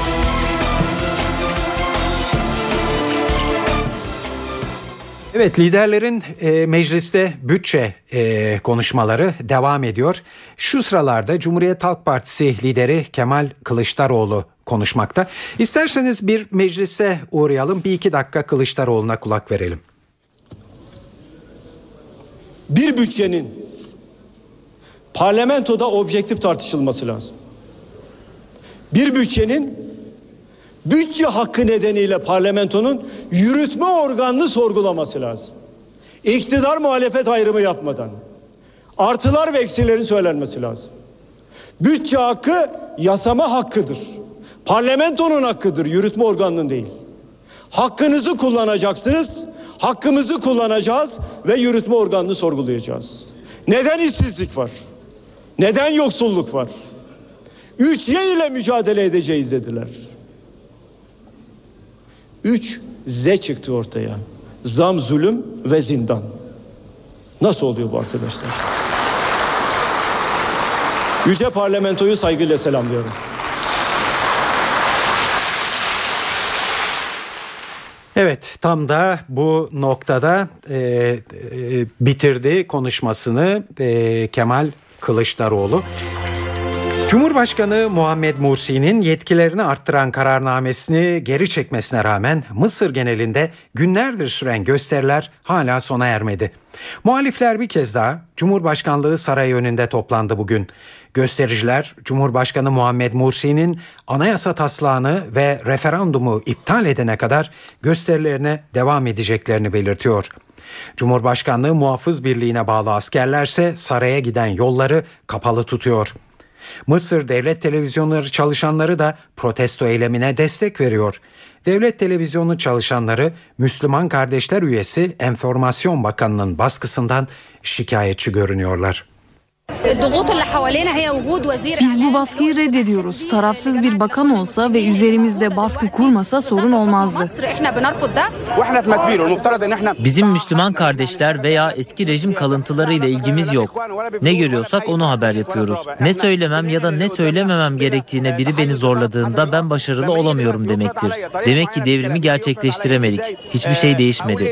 Evet, liderlerin mecliste bütçe konuşmaları devam ediyor. Şu sıralarda Cumhuriyet Halk Partisi lideri Kemal Kılıçdaroğlu konuşmakta. İsterseniz bir meclise uğrayalım. 1-2 dakika Kılıçdaroğlu'na kulak verelim. Bir bütçenin parlamentoda objektif tartışılması lazım. Bir bütçenin bütçe hakkı nedeniyle parlamentonun yürütme organını sorgulaması lazım. İktidar muhalefet ayrımı yapmadan artılar ve eksilerin söylenmesi lazım. Bütçe hakkı yasama hakkıdır. Parlamentonun hakkıdır, yürütme organının değil. Hakkınızı kullanacaksınız, hakkımızı kullanacağız ve yürütme organını sorgulayacağız. Neden işsizlik var? Neden yoksulluk var? 3Y ile mücadele edeceğiz dediler. 3Z çıktı ortaya. Zam, zulüm ve zindan. Nasıl oluyor bu arkadaşlar? Yüce Parlamentoyu saygıyla selamlıyorum. Evet, tam da bu noktada bitirdi konuşmasını Kemal Kılıçdaroğlu. Cumhurbaşkanı Muhammed Mursi'nin yetkilerini arttıran kararnamesini geri çekmesine rağmen Mısır genelinde günlerdir süren gösteriler hala sona ermedi. Muhalifler bir kez daha Cumhurbaşkanlığı sarayı önünde toplandı bugün. Göstericiler Cumhurbaşkanı Muhammed Mursi'nin anayasa taslağını ve referandumu iptal edene kadar gösterilerine devam edeceklerini belirtiyor. Cumhurbaşkanlığı Muhafız Birliği'ne bağlı askerlerse saraya giden yolları kapalı tutuyor. Mısır devlet televizyonları çalışanları da protesto eylemine destek veriyor. Devlet televizyonu çalışanları Müslüman Kardeşler üyesi Enformasyon Bakanı'nın baskısından şikayetçi görünüyorlar. Biz bu baskıyı reddediyoruz. Tarafsız bir bakan olsa ve üzerimizde baskı kurmasa sorun olmazdı. Bizim Müslüman kardeşler veya eski rejim kalıntılarıyla ilgimiz yok. Ne görüyorsak onu haber yapıyoruz. Ne söylemem ya da ne söylememem gerektiğine biri beni zorladığında ben başarılı olamıyorum demektir. Demek ki devrimi gerçekleştiremedik. Hiçbir şey değişmedi.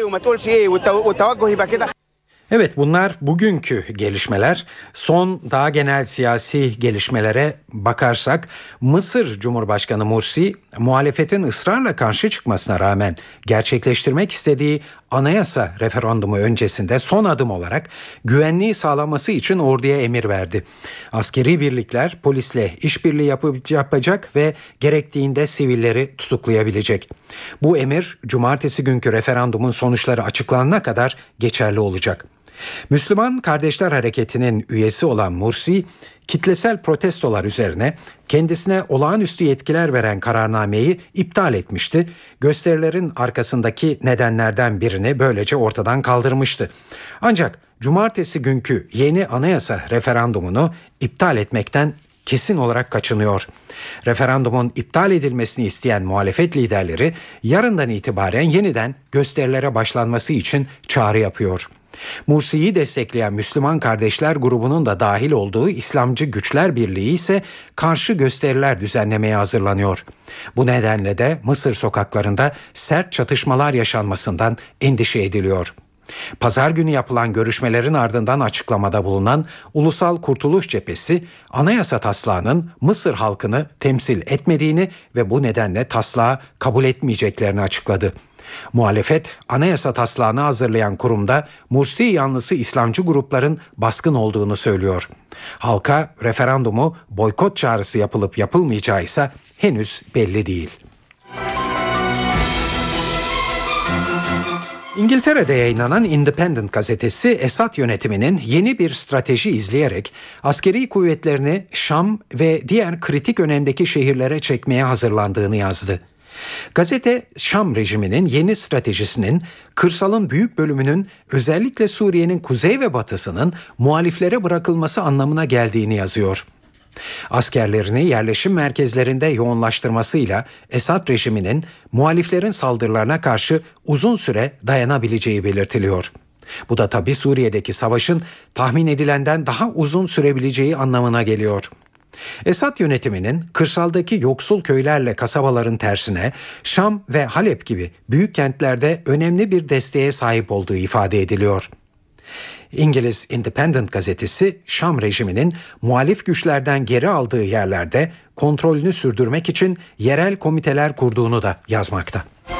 Evet, bunlar bugünkü gelişmeler. Son daha genel siyasi gelişmelere bakarsak Mısır Cumhurbaşkanı Mursi muhalefetin ısrarla karşı çıkmasına rağmen gerçekleştirmek istediği anayasa referandumu öncesinde son adım olarak güvenliği sağlaması için orduya emir verdi. Askeri birlikler polisle işbirliği yapacak ve gerektiğinde sivilleri tutuklayabilecek. Bu emir cumartesi günkü referandumun sonuçları açıklanana kadar geçerli olacak. Müslüman Kardeşler Hareketi'nin üyesi olan Mursi, kitlesel protestolar üzerine kendisine olağanüstü yetkiler veren kararnameyi iptal etmişti. Gösterilerin arkasındaki nedenlerden birini böylece ortadan kaldırmıştı. Ancak cumartesi günkü yeni anayasa referandumunu iptal etmekten kesin olarak kaçınıyor. Referandumun iptal edilmesini isteyen muhalefet liderleri yarından itibaren yeniden gösterilere başlanması için çağrı yapıyor. Mursi'yi destekleyen Müslüman Kardeşler grubunun da dahil olduğu İslamcı Güçler Birliği ise karşı gösteriler düzenlemeye hazırlanıyor. Bu nedenle de Mısır sokaklarında sert çatışmalar yaşanmasından endişe ediliyor. Pazar günü yapılan görüşmelerin ardından açıklamada bulunan Ulusal Kurtuluş Cephesi, anayasa taslağının Mısır halkını temsil etmediğini ve bu nedenle taslağı kabul etmeyeceklerini açıkladı. Muhalefet, anayasa taslağını hazırlayan kurumda Mursi yanlısı İslamcı grupların baskın olduğunu söylüyor. Halka referandumu boykot çağrısı yapılıp yapılmayacağı ise henüz belli değil. İngiltere'de yayınlanan Independent gazetesi Esad yönetiminin yeni bir strateji izleyerek askeri kuvvetlerini Şam ve diğer kritik önemdeki şehirlere çekmeye hazırlandığını yazdı. Gazete, Şam rejiminin yeni stratejisinin kırsalın büyük bölümünün özellikle Suriye'nin kuzey ve batısının muhaliflere bırakılması anlamına geldiğini yazıyor. Askerlerini yerleşim merkezlerinde yoğunlaştırmasıyla Esad rejiminin muhaliflerin saldırılarına karşı uzun süre dayanabileceği belirtiliyor. Bu da tabii Suriye'deki savaşın tahmin edilenden daha uzun sürebileceği anlamına geliyor. Esad yönetiminin kırsaldaki yoksul köylerle kasabaların tersine Şam ve Halep gibi büyük kentlerde önemli bir desteğe sahip olduğu ifade ediliyor. İngiliz Independent gazetesi Şam rejiminin muhalif güçlerden geri aldığı yerlerde kontrolünü sürdürmek için yerel komiteler kurduğunu da yazmakta.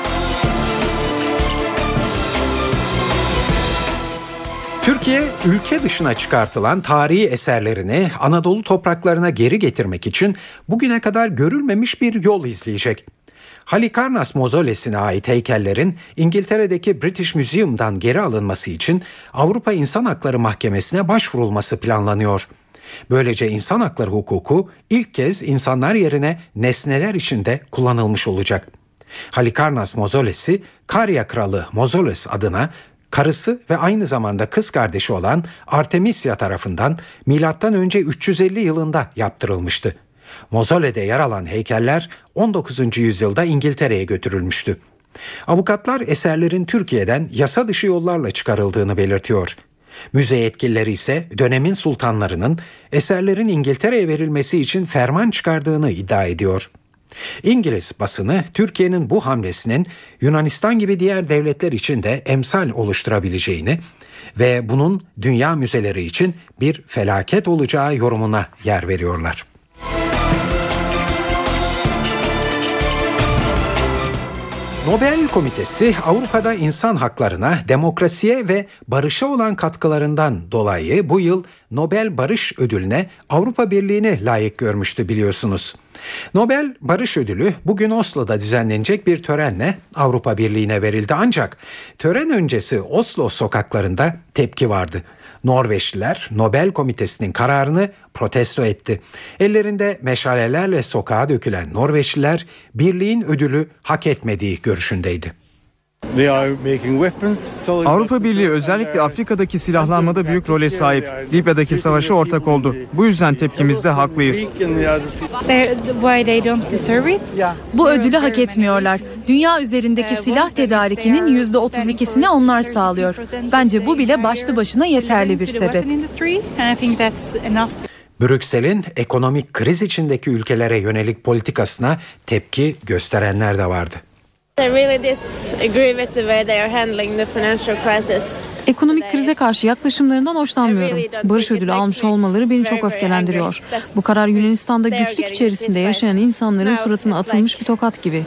Türkiye, ülke dışına çıkartılan tarihi eserlerini Anadolu topraklarına geri getirmek için bugüne kadar görülmemiş bir yol izleyecek. Halikarnas Mauzolesu'na ait heykellerin İngiltere'deki British Museum'dan geri alınması için Avrupa İnsan Hakları Mahkemesi'ne başvurulması planlanıyor. Böylece insan hakları hukuku ilk kez insanlar yerine nesneler içinde kullanılmış olacak. Halikarnas Mauzolesu, Karya Kralı Mausoleus adına karısı ve aynı zamanda kız kardeşi olan Artemisia tarafından M.Ö. 350 yılında yaptırılmıştı. Mauzole'de yer alan heykeller 19. yüzyılda İngiltere'ye götürülmüştü. Avukatlar eserlerin Türkiye'den yasa dışı yollarla çıkarıldığını belirtiyor. Müze yetkilileri ise dönemin sultanlarının eserlerin İngiltere'ye verilmesi için ferman çıkardığını iddia ediyor. İngiliz basını Türkiye'nin bu hamlesinin Yunanistan gibi diğer devletler için de emsal oluşturabileceğini ve bunun dünya müzeleri için bir felaket olacağı yorumuna yer veriyorlar. Nobel Komitesi Avrupa'da insan haklarına, demokrasiye ve barışa olan katkılarından dolayı bu yıl Nobel Barış Ödülü'ne Avrupa Birliği'ni layık görmüştü biliyorsunuz. Nobel Barış Ödülü bugün Oslo'da düzenlenecek bir törenle Avrupa Birliği'ne verildi ancak tören öncesi Oslo sokaklarında tepki vardı. Norveçliler Nobel Komitesi'nin kararını protesto etti. Ellerinde meşalelerle sokağa dökülen Norveçliler birliğin ödülü hak etmediği görüşündeydi. Avrupa Birliği özellikle Afrika'daki silahlanmada büyük role sahip. Libya'daki savaşa ortak oldu. Bu yüzden tepkimizde haklıyız. Bu ödülü hak etmiyorlar. Dünya üzerindeki silah tedarikinin %32'sini onlar sağlıyor. Bence bu bile başlı başına yeterli bir sebep. Brüksel'in ekonomik kriz içindeki ülkelere yönelik politikasına tepki gösterenler de vardı. Ekonomik krize karşı yaklaşımlarından hoşlanmıyorum. Barış ödülü almış olmaları beni çok öfkelendiriyor. Bu karar Yunanistan'da güçlük içerisinde yaşayan insanların suratına atılmış bir tokat gibi.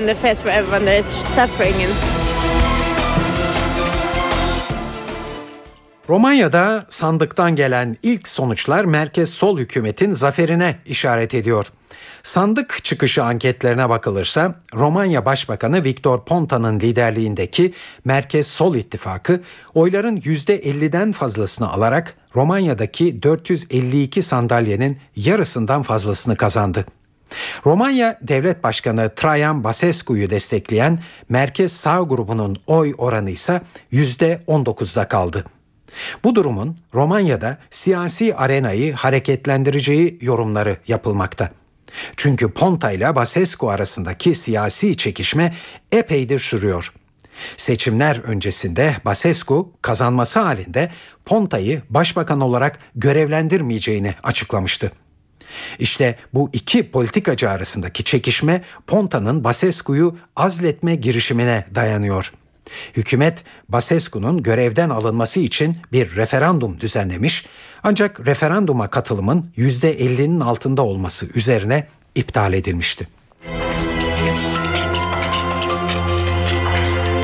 Romanya'da sandıktan gelen ilk sonuçlar merkez sol hükümetin zaferine işaret ediyor. Sandık çıkışı anketlerine bakılırsa Romanya Başbakanı Victor Ponta'nın liderliğindeki Merkez Sol İttifakı oyların %50'den fazlasını alarak Romanya'daki 452 sandalyenin yarısından fazlasını kazandı. Romanya Devlet Başkanı Traian Basescu'yu destekleyen Merkez Sağ grubunun oy oranı ise %19'da kaldı. Bu durumun Romanya'da siyasi arenayı hareketlendireceği yorumları yapılmakta. Çünkü Ponta ile Basescu arasındaki siyasi çekişme epeydir sürüyor. Seçimler öncesinde Basescu kazanması halinde Ponta'yı başbakan olarak görevlendirmeyeceğini açıklamıştı. İşte bu iki politikacı arasındaki çekişme Ponta'nın Basescu'yu azletme girişimine dayanıyor. Hükümet Basescu'nun görevden alınması için bir referandum düzenlemiş ancak referanduma katılımın %50'nin altında olması üzerine iptal edilmişti.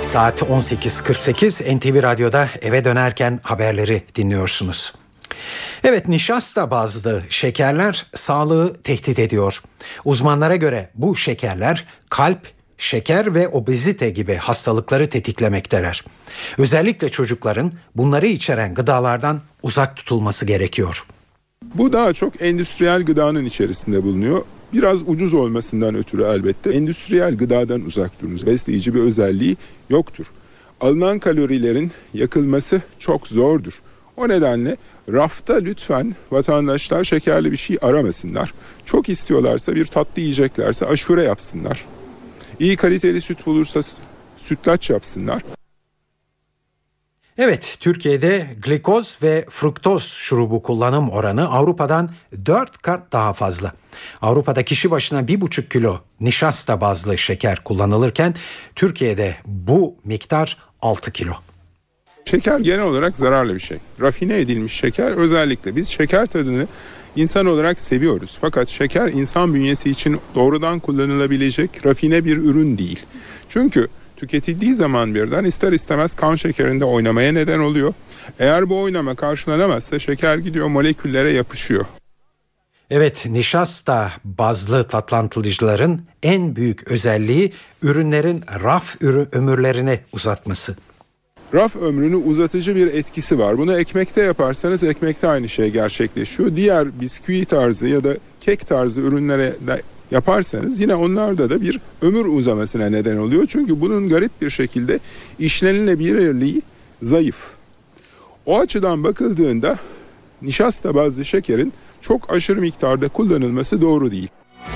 Saat 18.48 NTV Radyo'da eve dönerken haberleri dinliyorsunuz. Evet, nişasta bazlı şekerler sağlığı tehdit ediyor. Uzmanlara göre bu şekerler kalp, şeker ve obezite gibi hastalıkları tetiklemekteler. Özellikle çocukların bunları içeren gıdalardan uzak tutulması gerekiyor. Bu daha çok endüstriyel gıdanın içerisinde bulunuyor. Biraz ucuz olmasından ötürü elbette endüstriyel gıdadan uzak durunuz. Besleyici bir özelliği yoktur. Alınan kalorilerin yakılması çok zordur. O nedenle rafta lütfen vatandaşlar şekerli bir şey aramasınlar. Çok istiyorlarsa, bir tatlı yiyeceklerse aşure yapsınlar. İyi kaliteli süt bulursa sütlaç yapsınlar. Evet, Türkiye'de glikoz ve fruktoz şurubu kullanım oranı Avrupa'dan 4 kat daha fazla. Avrupa'da kişi başına 1,5 kilo nişasta bazlı şeker kullanılırken Türkiye'de bu miktar 6 kilo. Şeker genel olarak zararlı bir şey. Rafine edilmiş şeker özellikle. Biz şeker tadını insan olarak seviyoruz. Fakat şeker insan bünyesi için doğrudan kullanılabilecek rafine bir ürün değil. Çünkü tüketildiği zaman birden ister istemez kan şekerinde oynamaya neden oluyor. Eğer bu oynama karşılanamazsa şeker gidiyor moleküllere yapışıyor. Evet, nişasta bazlı tatlandırıcıların en büyük özelliği ürünlerin raf ömürlerini uzatması. Raf ömrünü uzatıcı bir etkisi var. Bunu ekmekte yaparsanız ekmekte aynı şey gerçekleşiyor. Diğer bisküvi tarzı ya da kek tarzı ürünlere de yaparsanız yine onlarda da bir ömür uzamasına neden oluyor. Çünkü bunun garip bir şekilde işlenilebilirliği zayıf. O açıdan bakıldığında nişasta bazlı şekerin çok aşırı miktarda kullanılması doğru değil.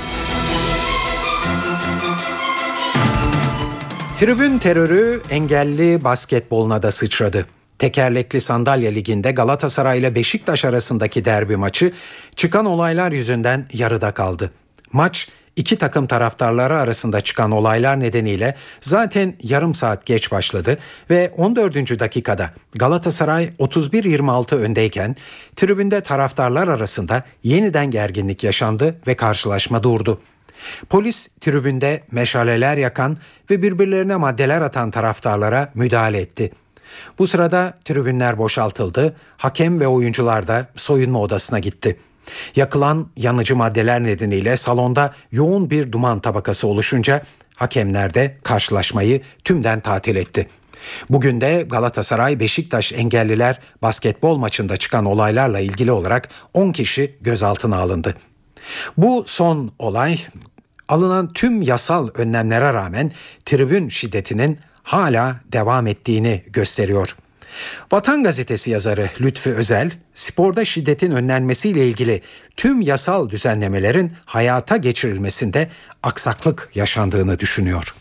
Tribün terörü engelli basketboluna da sıçradı. Tekerlekli sandalye liginde Galatasaray ile Beşiktaş arasındaki derbi maçı çıkan olaylar yüzünden yarıda kaldı. Maç iki takım taraftarları arasında çıkan olaylar nedeniyle zaten yarım saat geç başladı ve 14. dakikada Galatasaray 31-26 öndeyken tribünde taraftarlar arasında yeniden gerginlik yaşandı ve karşılaşma durdu. Polis tribünde meşaleler yakan ve birbirlerine maddeler atan taraftarlara müdahale etti. Bu sırada tribünler boşaltıldı, hakem ve oyuncular da soyunma odasına gitti. Yakılan yanıcı maddeler nedeniyle salonda yoğun bir duman tabakası oluşunca hakemler de karşılaşmayı tümden tatil etti. Bugün de Galatasaray Beşiktaş engelliler basketbol maçında çıkan olaylarla ilgili olarak 10 kişi gözaltına alındı. Bu son olay alınan tüm yasal önlemlere rağmen tribün şiddetinin hala devam ettiğini gösteriyor. Vatan Gazetesi yazarı Lütfü Özel, sporda şiddetin önlenmesiyle ilgili tüm yasal düzenlemelerin hayata geçirilmesinde aksaklık yaşandığını düşünüyor.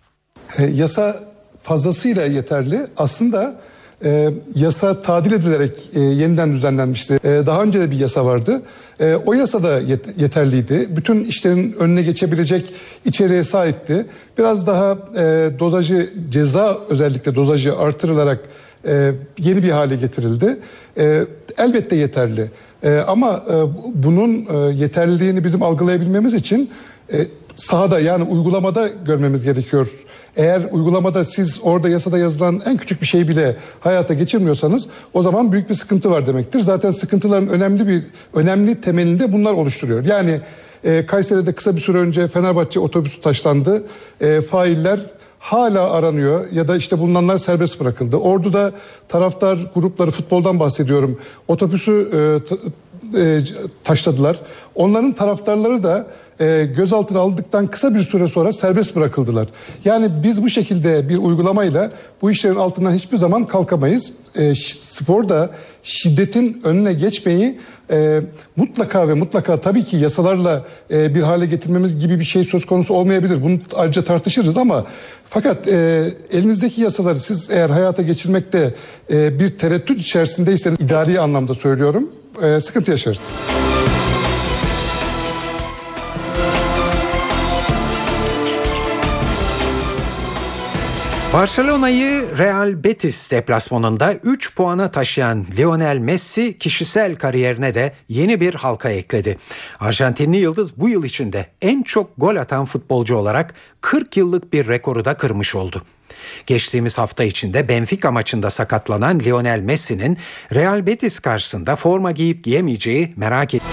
Yasa fazlasıyla yeterli. Aslında yasa tadil edilerek yeniden düzenlenmişti. Daha önce de bir yasa vardı. O yasa da yeterliydi. Bütün işlerin önüne geçebilecek içeriğe sahipti. Biraz daha dozajı, ceza özellikle dozajı artırılarak yeni bir hale getirildi. Elbette yeterli. Ama bunun yeterliliğini bizim algılayabilmemiz için sahada, yani uygulamada görmemiz gerekiyor. Eğer uygulamada siz orada yasada yazılan en küçük bir şeyi bile hayata geçirmiyorsanız o zaman büyük bir sıkıntı var demektir. Zaten sıkıntıların önemli temelinde bunlar oluşturuyor. Yani Kayseri'de kısa bir süre önce Fenerbahçe otobüsü taşlandı. Failler hala aranıyor ya da işte bulunanlar serbest bırakıldı. Ordu'da taraftar grupları, futboldan bahsediyorum, otobüsü taşladılar. Onların taraftarları da gözaltına aldıktan kısa bir süre sonra serbest bırakıldılar. Yani biz bu şekilde bir uygulamayla bu işlerin altından hiçbir zaman kalkamayız. Sporda şiddetin önüne geçmeyi mutlaka ve mutlaka tabii ki yasalarla bir hale getirmemiz gibi bir şey söz konusu olmayabilir. Bunu ayrıca tartışırız ama fakat elinizdeki yasaları siz eğer hayata geçirmekte bir tereddüt içerisindeyseniz, idari anlamda söylüyorum, sıkıntı yaşarız. Barcelona'yı Real Betis deplasmanında 3 puana taşıyan Lionel Messi kişisel kariyerine de yeni bir halka ekledi. Arjantinli yıldız bu yıl içinde en çok gol atan futbolcu olarak 40 yıllık bir rekoru da kırmış oldu. Geçtiğimiz hafta içinde Benfica maçında sakatlanan Lionel Messi'nin Real Betis karşısında forma giyip giyemeyeceği merak edildi.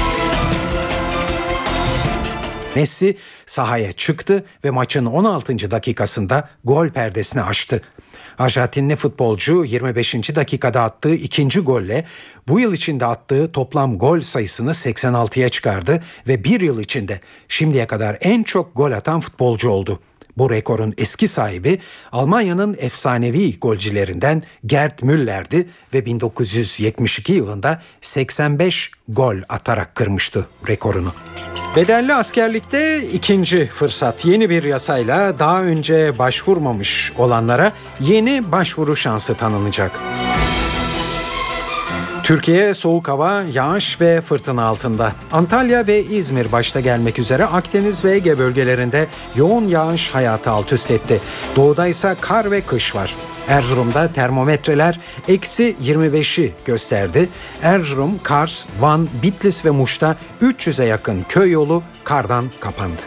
Messi sahaya çıktı ve maçın 16. dakikasında gol perdesini aştı. Arjantinli futbolcu 25. dakikada attığı ikinci golle bu yıl içinde attığı toplam gol sayısını 86'ya çıkardı ve bir yıl içinde şimdiye kadar en çok gol atan futbolcu oldu. Bu rekorun eski sahibi Almanya'nın efsanevi golcülerinden Gerd Müller'di ve 1972 yılında 85 gol atarak kırmıştı rekorunu. Bedelli askerlikte ikinci fırsat. Yeni bir yasayla daha önce başvurmamış olanlara yeni başvuru şansı tanınacak. Türkiye soğuk hava, yağış ve fırtına altında. Antalya ve İzmir başta gelmek üzere Akdeniz ve Ege bölgelerinde yoğun yağış hayatı alt üst etti. Doğuda ise kar ve kış var. Erzurum'da termometreler eksi 25'i gösterdi. Erzurum, Kars, Van, Bitlis ve Muş'ta 300'e yakın köy yolu kardan kapandı.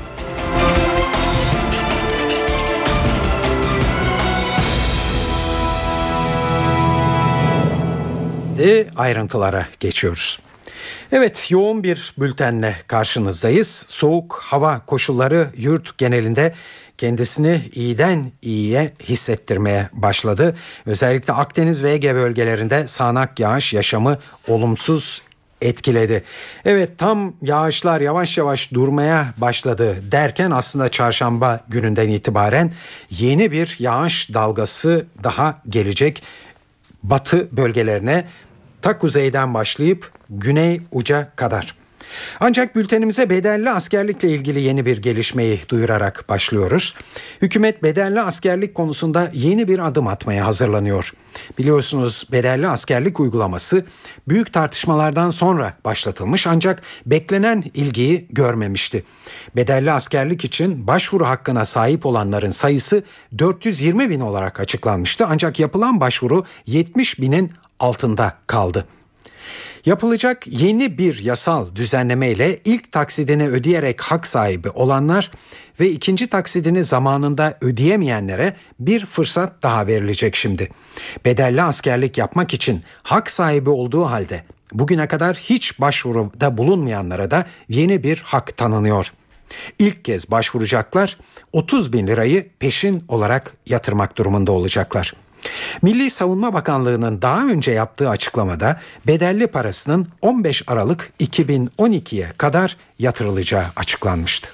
Ayrıntılara geçiyoruz. Evet, yoğun bir bültenle karşınızdayız. Soğuk hava koşulları yurt genelinde kendisini iyiden iyiye hissettirmeye başladı. Özellikle Akdeniz ve Ege bölgelerinde sağanak yağış yaşamı olumsuz etkiledi. Evet, tam yağışlar yavaş yavaş durmaya başladı derken aslında çarşamba gününden itibaren yeni bir yağış dalgası daha gelecek. Batı bölgelerine ta kuzeyden başlayıp güney uca kadar. Ancak bültenimize bedelli askerlikle ilgili yeni bir gelişmeyi duyurarak başlıyoruz. Hükümet bedelli askerlik konusunda yeni bir adım atmaya hazırlanıyor. Biliyorsunuz bedelli askerlik uygulaması büyük tartışmalardan sonra başlatılmış ancak beklenen ilgiyi görmemişti. Bedelli askerlik için başvuru hakkına sahip olanların sayısı 420 bin olarak açıklanmıştı ancak yapılan başvuru 70 binin altında kaldı. Yapılacak yeni bir yasal düzenlemeyle ilk taksidini ödeyerek hak sahibi olanlar ve ikinci taksidini zamanında ödeyemeyenlere bir fırsat daha verilecek şimdi. Bedelli askerlik yapmak için hak sahibi olduğu halde bugüne kadar hiç başvuruda bulunmayanlara da yeni bir hak tanınıyor. İlk kez başvuracaklar 30 bin lirayı peşin olarak yatırmak durumunda olacaklar. Milli Savunma Bakanlığı'nın daha önce yaptığı açıklamada bedelli parasının 15 Aralık 2012'ye kadar yatırılacağı açıklanmıştı.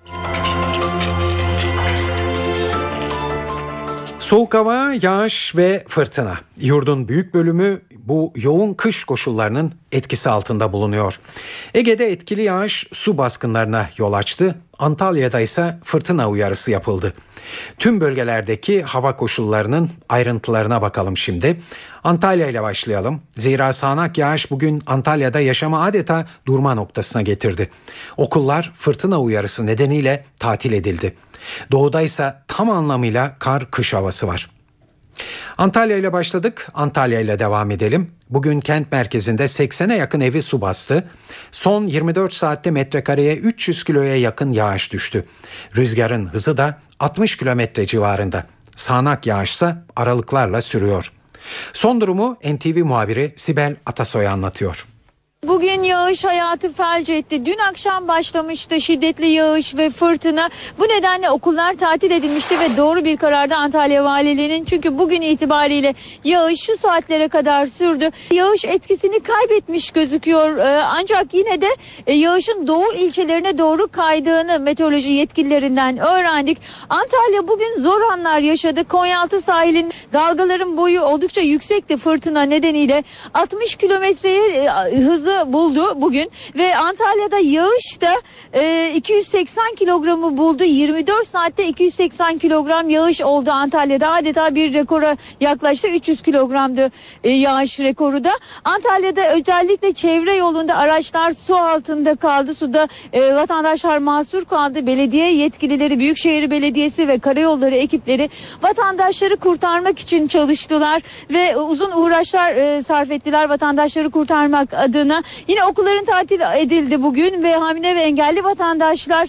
Soğuk hava, yağış ve fırtına. Yurdun büyük bölümü bu yoğun kış koşullarının etkisi altında bulunuyor. Ege'de etkili yağış su baskınlarına yol açtı. Antalya'da ise fırtına uyarısı yapıldı. Tüm bölgelerdeki hava koşullarının ayrıntılarına bakalım şimdi. Antalya ile başlayalım. Zira sağanak yağış bugün Antalya'da yaşamı adeta durma noktasına getirdi. Okullar fırtına uyarısı nedeniyle tatil edildi. Doğuda ise tam anlamıyla kar kış havası var. Antalya ile başladık. Antalya ile devam edelim. Bugün kent merkezinde 80'e yakın evi su bastı. Son 24 saatte metrekareye 300 kiloya yakın yağış düştü. Rüzgarın hızı da 60 kilometre civarında. Sağanak yağışsa aralıklarla sürüyor. Son durumu NTV muhabiri Sibel Atasoy anlatıyor. Bugün yağış hayatı felç etti. Dün akşam başlamıştı şiddetli yağış ve fırtına. Bu nedenle okullar tatil edilmişti ve doğru bir karardı Antalya Valiliği'nin. Çünkü bugün itibariyle yağış şu saatlere kadar sürdü. Yağış etkisini kaybetmiş gözüküyor. Ancak yine de yağışın doğu ilçelerine doğru kaydığını meteoroloji yetkililerinden öğrendik. Antalya bugün zor anlar yaşadı. Konyaaltı sahilin dalgaların boyu oldukça yüksekti fırtına nedeniyle. 60 kilometreye hızı buldu bugün ve Antalya'da yağış da 280 kilogramı buldu. 24 saatte 280 kilogram yağış oldu Antalya'da. Adeta bir rekora yaklaştı. 300 kilogramdı yağış rekoru da. Antalya'da özellikle çevre yolunda araçlar su altında kaldı. Suda vatandaşlar mahsur kaldı. Belediye yetkilileri, Büyükşehir Belediyesi ve karayolları ekipleri vatandaşları kurtarmak için çalıştılar ve uzun uğraşlar sarf ettiler vatandaşları kurtarmak adına. Antalya. Yine okulların tatil edildi bugün ve hamile ve engelli vatandaşlar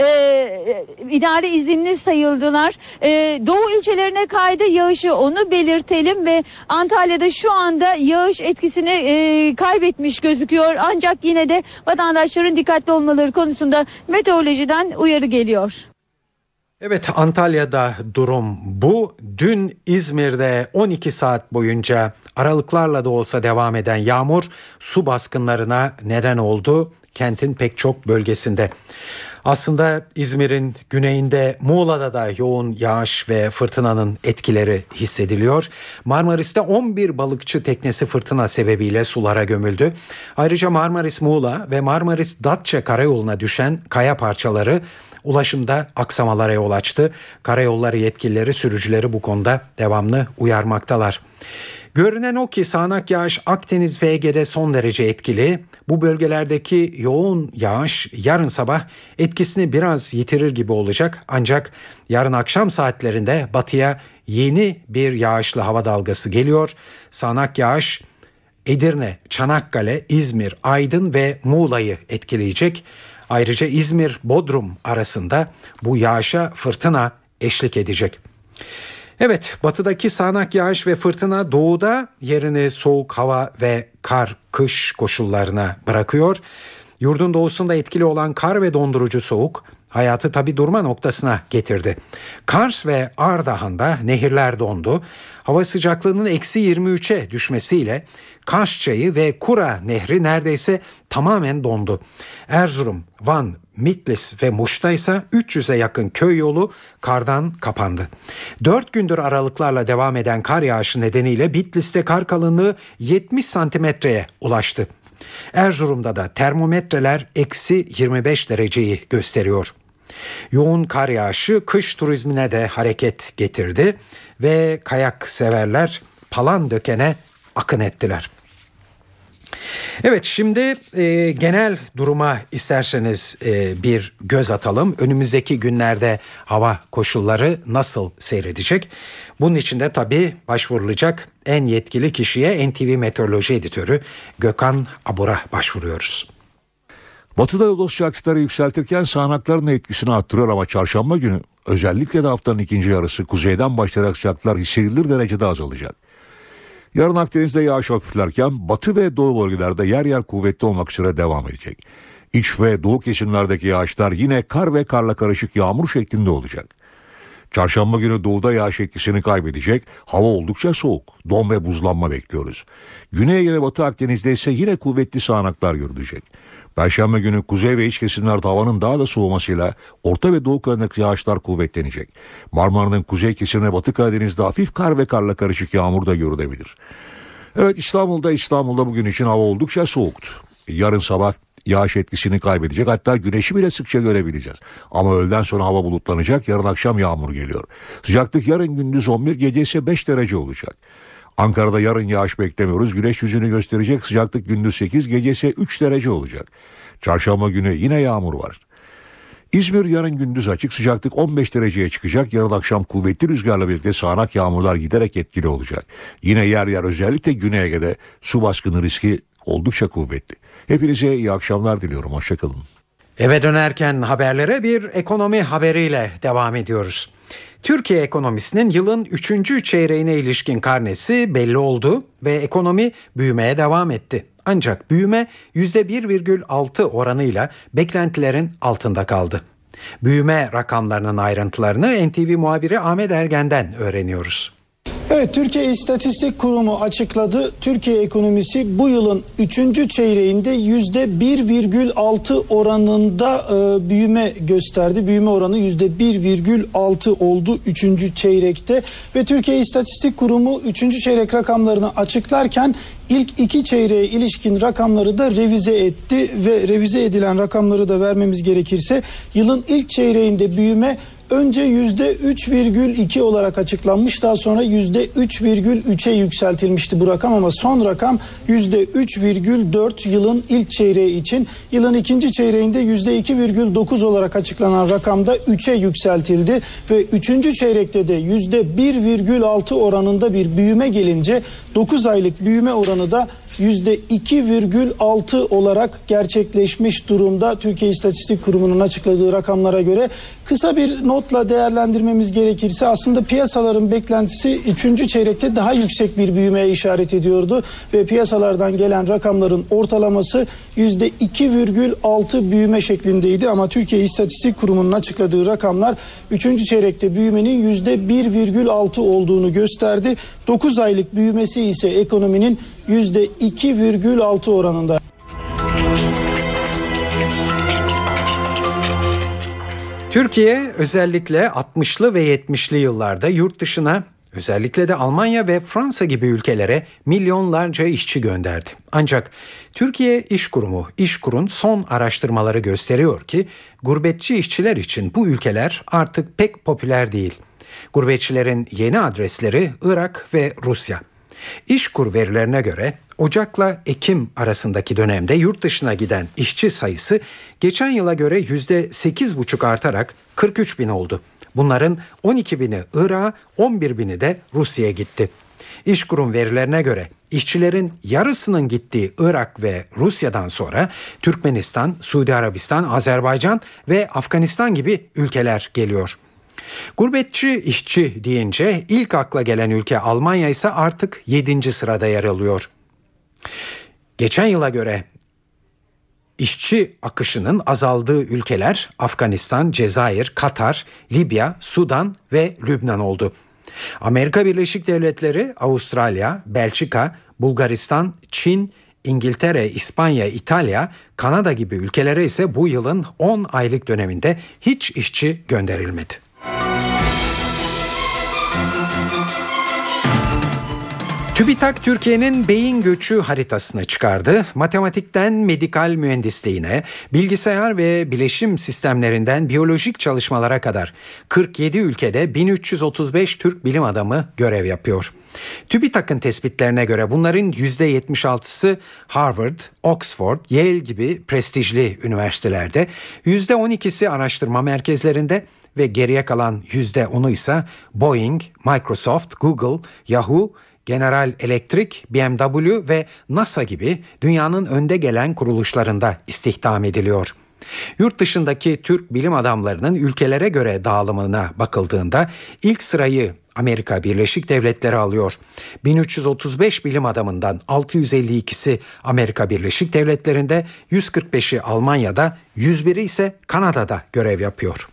idari izinli sayıldılar. Doğu ilçelerine kaydı yağışı, onu belirtelim ve Antalya'da şu anda yağış etkisini kaybetmiş gözüküyor. Ancak yine de vatandaşların dikkatli olmaları konusunda meteorolojiden uyarı geliyor. Evet, Antalya'da durum bu. Dün İzmir'de 12 saat boyunca aralıklarla da olsa devam eden yağmur su baskınlarına neden oldu kentin pek çok bölgesinde. Aslında İzmir'in güneyinde, Muğla'da da yoğun yağış ve fırtınanın etkileri hissediliyor. Marmaris'te 11 balıkçı teknesi fırtına sebebiyle sulara gömüldü. Ayrıca Marmaris-Muğla ve Marmaris-Datça karayoluna düşen kaya parçaları ulaşımda aksamalara yol açtı. Karayolları yetkilileri sürücüleri bu konuda devamlı uyarmaktalar. Görünen o ki sağanak yağış Akdeniz ve Ege'de son derece etkili. Bu bölgelerdeki yoğun yağış yarın sabah etkisini biraz yitirir gibi olacak. Ancak yarın akşam saatlerinde batıya yeni bir yağışlı hava dalgası geliyor. Sağanak yağış Edirne, Çanakkale, İzmir, Aydın ve Muğla'yı etkileyecek. Ayrıca İzmir-Bodrum arasında bu yağışa fırtına eşlik edecek. Evet, batıdaki sağanak yağış ve fırtına doğuda yerini soğuk hava ve kar, kış koşullarına bırakıyor. Yurdun doğusunda etkili olan kar ve dondurucu soğuk hayatı tabii durma noktasına getirdi. Kars ve Ardahan'da nehirler dondu. Hava sıcaklığının -23'e düşmesiyle Kars Çayı ve Kura Nehri neredeyse tamamen dondu. Erzurum, Van, Mitlis ve Muş'ta ise 300'e yakın köy yolu kardan kapandı. 4 gündür aralıklarla devam eden kar yağışı nedeniyle Bitlis'te kar kalınlığı 70 santimetreye ulaştı. Erzurum'da da termometreler -25 dereceyi gösteriyor. Yoğun kar yağışı kış turizmine de hareket getirdi ve kayak severler Palandöken'e akın ettiler. Evet, şimdi genel duruma isterseniz bir göz atalım. Önümüzdeki günlerde hava koşulları nasıl seyredecek? Bunun için de tabii başvurulacak en yetkili kişiye NTV Meteoroloji Editörü Gökhan Abur'a başvuruyoruz. Batıda lodos sıcaklıkları yükseltirken sağanakların etkisini arttırıyor ama çarşamba günü özellikle de haftanın ikinci yarısı kuzeyden başlayarak sıcaklıklar hissedilir derecede azalacak. Yarın Akdeniz'de yağış hafiflerken batı ve doğu bölgelerde yer yer kuvvetli olmak üzere devam edecek. İç ve doğu kesimlerdeki yağışlar yine kar ve karla karışık yağmur şeklinde olacak. Çarşamba günü doğuda yağış etkisini kaybedecek, hava oldukça soğuk, don ve buzlanma bekliyoruz. Güney Ege ve Batı Akdeniz'de ise yine kuvvetli sağanaklar görülecek. Perşembe günü kuzey ve iç kesimlerde havanın daha da soğumasıyla Orta ve Doğu Karadeniz'deki yağışlar kuvvetlenecek. Marmara'nın kuzey kesimine Batı Karadeniz'de hafif kar ve karla karışık yağmur da görülebilir. Evet, İstanbul'da bugün için hava oldukça soğuktu. Yarın sabah yağış etkisini kaybedecek, hatta güneşi bile sıkça görebileceğiz. Ama öğleden sonra hava bulutlanacak, yarın akşam yağmur geliyor. Sıcaklık yarın gündüz 11, gece ise 5 derece olacak. Ankara'da yarın yağış beklemiyoruz. Güneş yüzünü gösterecek, sıcaklık gündüz 8, gece ise 3 derece olacak. Çarşamba günü yine yağmur var. İzmir yarın gündüz açık, sıcaklık 15 dereceye çıkacak. Yarın akşam kuvvetli rüzgarla birlikte sağanak yağmurlar giderek etkili olacak. Yine yer yer özellikle Güney Ege'de su baskını riski oldukça kuvvetli. Hepinize iyi akşamlar diliyorum. Hoşçakalın. Eve dönerken haberlere bir ekonomi haberiyle devam ediyoruz. Türkiye ekonomisinin yılın 3. çeyreğine ilişkin karnesi belli oldu ve ekonomi büyümeye devam etti. Ancak büyüme %1,6 oranıyla beklentilerin altında kaldı. Büyüme rakamlarının ayrıntılarını NTV muhabiri Ahmet Ergen'den öğreniyoruz. Evet, Türkiye İstatistik Kurumu açıkladı. Türkiye ekonomisi bu yılın 3. çeyreğinde %1,6 oranında büyüme gösterdi. Büyüme oranı %1,6 oldu 3. çeyrekte. Ve Türkiye İstatistik Kurumu 3. çeyrek rakamlarını açıklarken ilk 2 çeyreğe ilişkin rakamları da revize etti. Ve revize edilen rakamları da vermemiz gerekirse yılın ilk çeyreğinde büyüme önce %3,2 olarak açıklanmış, daha sonra %3,3'e yükseltilmişti bu rakam ama son rakam %3,4 yılın ilk çeyreği için. Yılın ikinci çeyreğinde %2,9 olarak açıklanan rakam da 3'e yükseltildi ve 3. çeyrekte de %1,6 oranında bir büyüme gelince 9 aylık büyüme oranı da %2,6 olarak gerçekleşmiş durumda. Türkiye İstatistik Kurumu'nun açıkladığı rakamlara göre. Kısa bir notla değerlendirmemiz gerekirse aslında piyasaların beklentisi 3. çeyrekte daha yüksek bir büyümeye işaret ediyordu ve piyasalardan gelen rakamların ortalaması %2,6 büyüme şeklindeydi ama Türkiye İstatistik Kurumu'nun açıkladığı rakamlar 3. çeyrekte büyümenin %1,6 olduğunu gösterdi. 9 aylık büyümesi ise ekonominin %2,6 oranında. Türkiye özellikle 60'lı ve 70'li yıllarda yurt dışına, özellikle de Almanya ve Fransa gibi ülkelere milyonlarca işçi gönderdi. Ancak Türkiye İş Kurumu, İşkur'un son araştırmaları gösteriyor ki gurbetçi işçiler için bu ülkeler artık pek popüler değil. Gurbetçilerin yeni adresleri Irak ve Rusya. İşkur verilerine göre Ocak'la Ekim arasındaki dönemde yurt dışına giden işçi sayısı geçen yıla göre %8,5 artarak 43 bin oldu. Bunların 12 bini Irak'a, 11 bini de Rusya'ya gitti. İşkur'un verilerine göre işçilerin yarısının gittiği Irak ve Rusya'dan sonra Türkmenistan, Suudi Arabistan, Azerbaycan ve Afganistan gibi ülkeler geliyor. Gurbetçi işçi deyince ilk akla gelen ülke Almanya ise artık 7. sırada yer alıyor. Geçen yıla göre işçi akışının azaldığı ülkeler Afganistan, Cezayir, Katar, Libya, Sudan ve Lübnan oldu. Amerika Birleşik Devletleri, Avustralya, Belçika, Bulgaristan, Çin, İngiltere, İspanya, İtalya, Kanada gibi ülkelere ise bu yılın 10 aylık döneminde hiç işçi gönderilmedi. TÜBİTAK Türkiye'nin beyin göçü haritasını çıkardı. Matematikten medikal mühendisliğine, bilgisayar ve bileşim sistemlerinden biyolojik çalışmalara kadar 47 ülkede 1335 Türk bilim adamı görev yapıyor. TÜBİTAK'ın tespitlerine göre bunların %76'sı Harvard, Oxford, Yale gibi prestijli üniversitelerde, %12'si araştırma merkezlerinde ve geriye kalan %10'u ise Boeing, Microsoft, Google, Yahoo, General Electric, BMW ve NASA gibi dünyanın önde gelen kuruluşlarında istihdam ediliyor. Yurt dışındaki Türk bilim adamlarının ülkelere göre dağılımına bakıldığında ilk sırayı Amerika Birleşik Devletleri alıyor. 1335 bilim adamından 652'si Amerika Birleşik Devletleri'nde, 145'i Almanya'da, 101'i ise Kanada'da görev yapıyor.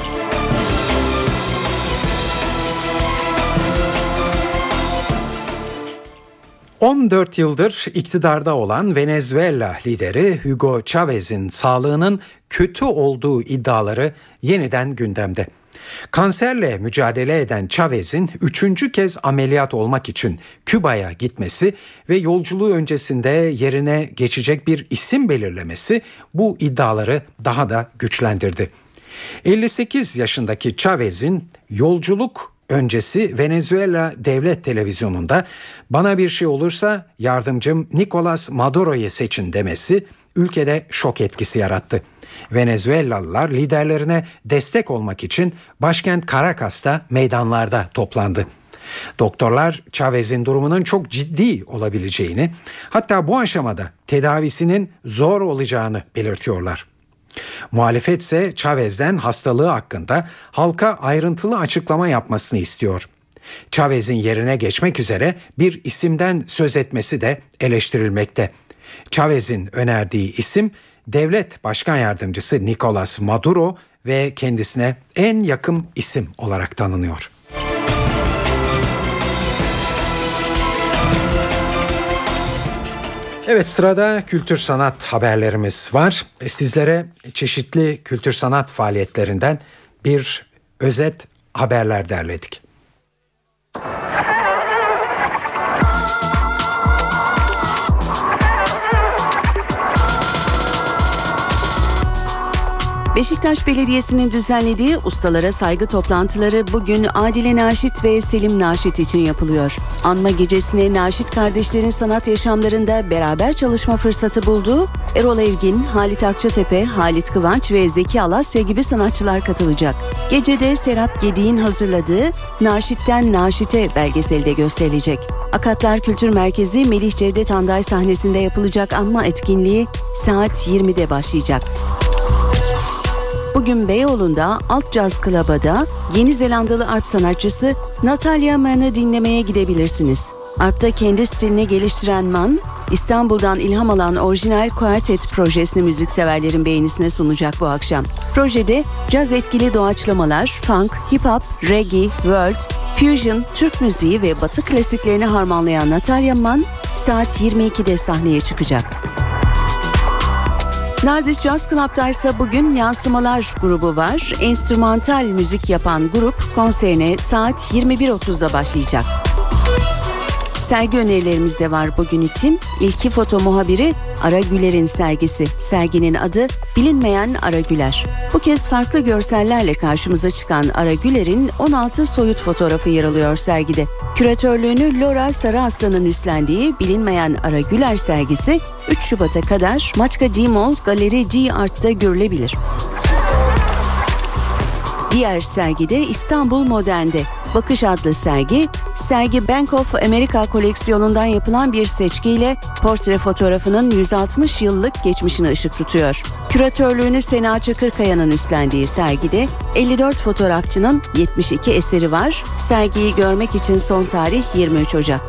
...14 yıldır iktidarda olan Venezuela lideri Hugo Chávez'in sağlığının kötü olduğu iddiaları yeniden gündemde. Kanserle mücadele eden Chávez'in 3. kez ameliyat olmak için Küba'ya gitmesi ve yolculuğu öncesinde yerine geçecek bir isim belirlemesi bu iddiaları daha da güçlendirdi. 58 yaşındaki Chávez'in yolculuk öncesi Venezuela Devlet Televizyonu'nda "Bana bir şey olursa yardımcım Nicolas Maduro'yu seçin" demesi ülkede şok etkisi yarattı. Venezuelalılar liderlerine destek olmak için başkent Caracas'ta meydanlarda toplandı. Doktorlar Chávez'in durumunun çok ciddi olabileceğini, hatta bu aşamada tedavisinin zor olacağını belirtiyorlar. Muhalefet ise Chávez'den hastalığı hakkında halka ayrıntılı açıklama yapmasını istiyor. Chávez'in yerine geçmek üzere bir isimden söz etmesi de eleştirilmekte. Chávez'in önerdiği isim Devlet Başkan Yardımcısı Nicolas Maduro ve kendisine en yakın isim olarak tanınıyor. Evet, sırada kültür sanat haberlerimiz var. Sizlere çeşitli kültür sanat faaliyetlerinden bir özet haberler derledik. Beşiktaş Belediyesi'nin düzenlediği ustalara saygı toplantıları bugün Adile Naşit ve Selim Naşit için yapılıyor. Anma gecesine Naşit kardeşlerin sanat yaşamlarında beraber çalışma fırsatı bulduğu Erol Evgin, Halit Akçatepe, Halit Kıvanç ve Zeki Alasya gibi sanatçılar katılacak. Gecede Serap Gedik'in hazırladığı Naşit'ten Naşit'e belgeseli de gösterilecek. Akatlar Kültür Merkezi Melih Cevdet Anday sahnesinde yapılacak anma etkinliği saat 20'de başlayacak. Bugün Beyoğlu'nda Alt Caz Club'da Yeni Zelandalı arp sanatçısı Natalia Mann'ı dinlemeye gidebilirsiniz. Arp'ta kendi stilini geliştiren Mann, İstanbul'dan ilham alan orijinal Quartet projesini müzikseverlerin beğenisine sunacak bu akşam. Projede caz etkili doğaçlamalar, funk, hip hop, reggae, world, fusion, Türk müziği ve batı klasiklerini harmanlayan Natalia Mann saat 22'de sahneye çıkacak. Nardis Jazz Club'da ise bugün Yansımalar grubu var. Enstrümantal müzik yapan grup konserine saat 21.30'da başlayacak. Sergi önerilerimiz de var bugün için. İlki foto muhabiri Ara Güler'in sergisi. Serginin adı Bilinmeyen Ara Güler. Bu kez farklı görsellerle karşımıza çıkan Ara Güler'in 16 soyut fotoğrafı yer alıyor sergide. Küratörlüğünü Laura Sarıaslan'ın üstlendiği Bilinmeyen Ara Güler sergisi 3 Şubat'a kadar Maçka G-Mall Galeri G-Art'ta görülebilir. Diğer sergide İstanbul Modern'de. Bakış adlı sergi Bank of America koleksiyonundan yapılan bir seçkiyle portre fotoğrafının 160 yıllık geçmişine ışık tutuyor. Küratörlüğünü Sena Çakırkaya'nın üstlendiği sergide 54 fotoğrafçının 72 eseri var. Sergiyi görmek için son tarih 23 Ocak.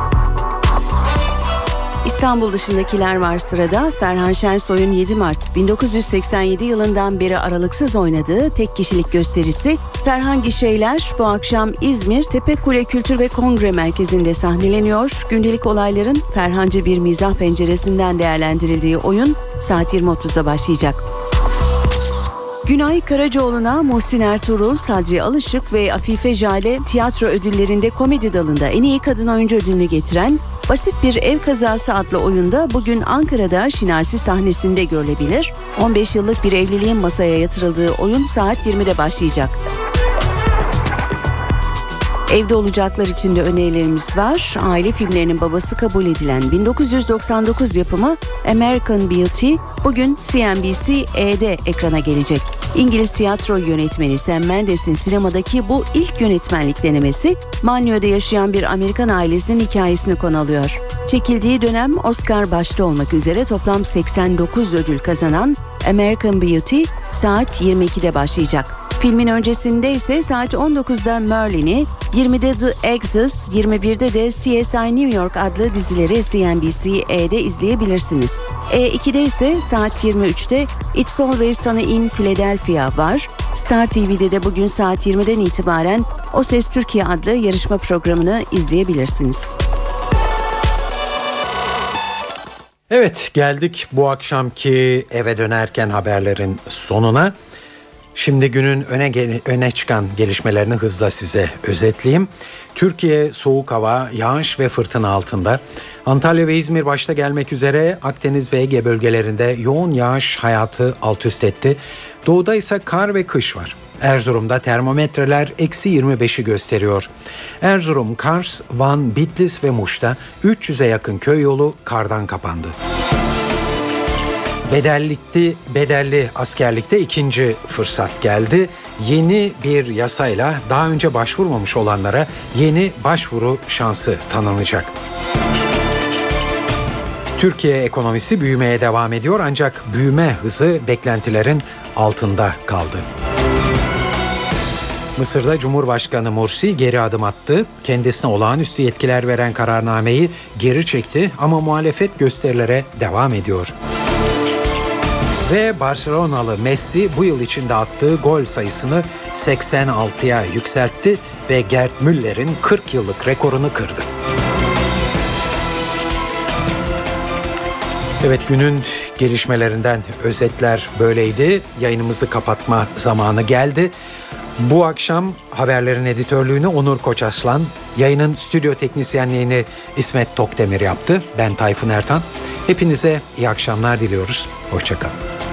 İstanbul dışındakiler var sırada. Ferhan Şensoy'un 7 Mart 1987 yılından beri aralıksız oynadığı tek kişilik gösterisi Ferhan Gişeyler bu akşam İzmir Tepekule Kültür ve Kongre Merkezi'nde sahneleniyor. Gündelik olayların Ferhancı bir mizah penceresinden değerlendirildiği oyun saat 20.30'da başlayacak. Günay Karacaoğlu'na Muhsin Ertuğrul, Sadri Alışık ve Afife Jale tiyatro ödüllerinde komedi dalında en iyi kadın oyuncu ödülünü getiren Basit Bir Ev Kazası adlı oyunda bugün Ankara'da Şinasi sahnesinde görülebilir. 15 yıllık bir evliliğin masaya yatırıldığı oyun saat 20'de başlayacak. Evde olacaklar için de önerilerimiz var. Aile filmlerinin babası kabul edilen 1999 yapımı American Beauty bugün CNBC-E'de ekrana gelecek. İngiliz tiyatro yönetmeni Sam Mendes'in sinemadaki bu ilk yönetmenlik denemesi Malmö'de yaşayan bir Amerikan ailesinin hikayesini konu alıyor. Çekildiği dönem Oscar başta olmak üzere toplam 89 ödül kazanan American Beauty saat 22'de başlayacak. Filmin öncesinde ise saat 19'da Merlin'i, 20'de The Exes, 21'de de CSI New York adlı dizileri CNBC-E'de izleyebilirsiniz. E2'de ise saat 23'te It's Always Sunny in Philadelphia var. Star TV'de de bugün saat 20'den itibaren O Ses Türkiye adlı yarışma programını izleyebilirsiniz. Evet, geldik bu akşamki eve dönerken haberlerin sonuna. Şimdi günün öne çıkan gelişmelerini hızla size özetleyeyim. Türkiye soğuk hava, yağış ve fırtına altında. Antalya ve İzmir başta gelmek üzere Akdeniz ve Ege bölgelerinde yoğun yağış hayatı alt üst etti. Doğuda ise kar ve kış var. Erzurum'da termometreler -25'i gösteriyor. Erzurum, Kars, Van, Bitlis ve Muş'ta 300'e yakın köy yolu kardan kapandı. Bedelli askerlikte ikinci fırsat geldi. Yeni bir yasayla daha önce başvurmamış olanlara yeni başvuru şansı tanınacak. Türkiye ekonomisi büyümeye devam ediyor ancak büyüme hızı beklentilerin altında kaldı. Mısır'da Cumhurbaşkanı Mursi geri adım attı. Kendisine olağanüstü yetkiler veren kararnameyi geri çekti ama muhalefet gösterilere devam ediyor. Ve Barcelonalı Messi bu yıl içinde attığı gol sayısını 86'ya yükseltti ve Gerd Müller'in 40 yıllık rekorunu kırdı. Evet, günün gelişmelerinden özetler böyleydi. Yayınımızı kapatma zamanı geldi. Bu akşam haberlerin editörlüğünü Onur Koçaslan, yayının stüdyo teknisyenliğini İsmet Tokdemir yaptı. Ben Tayfun Ertan. Hepinize iyi akşamlar diliyoruz. Hoşça kalın.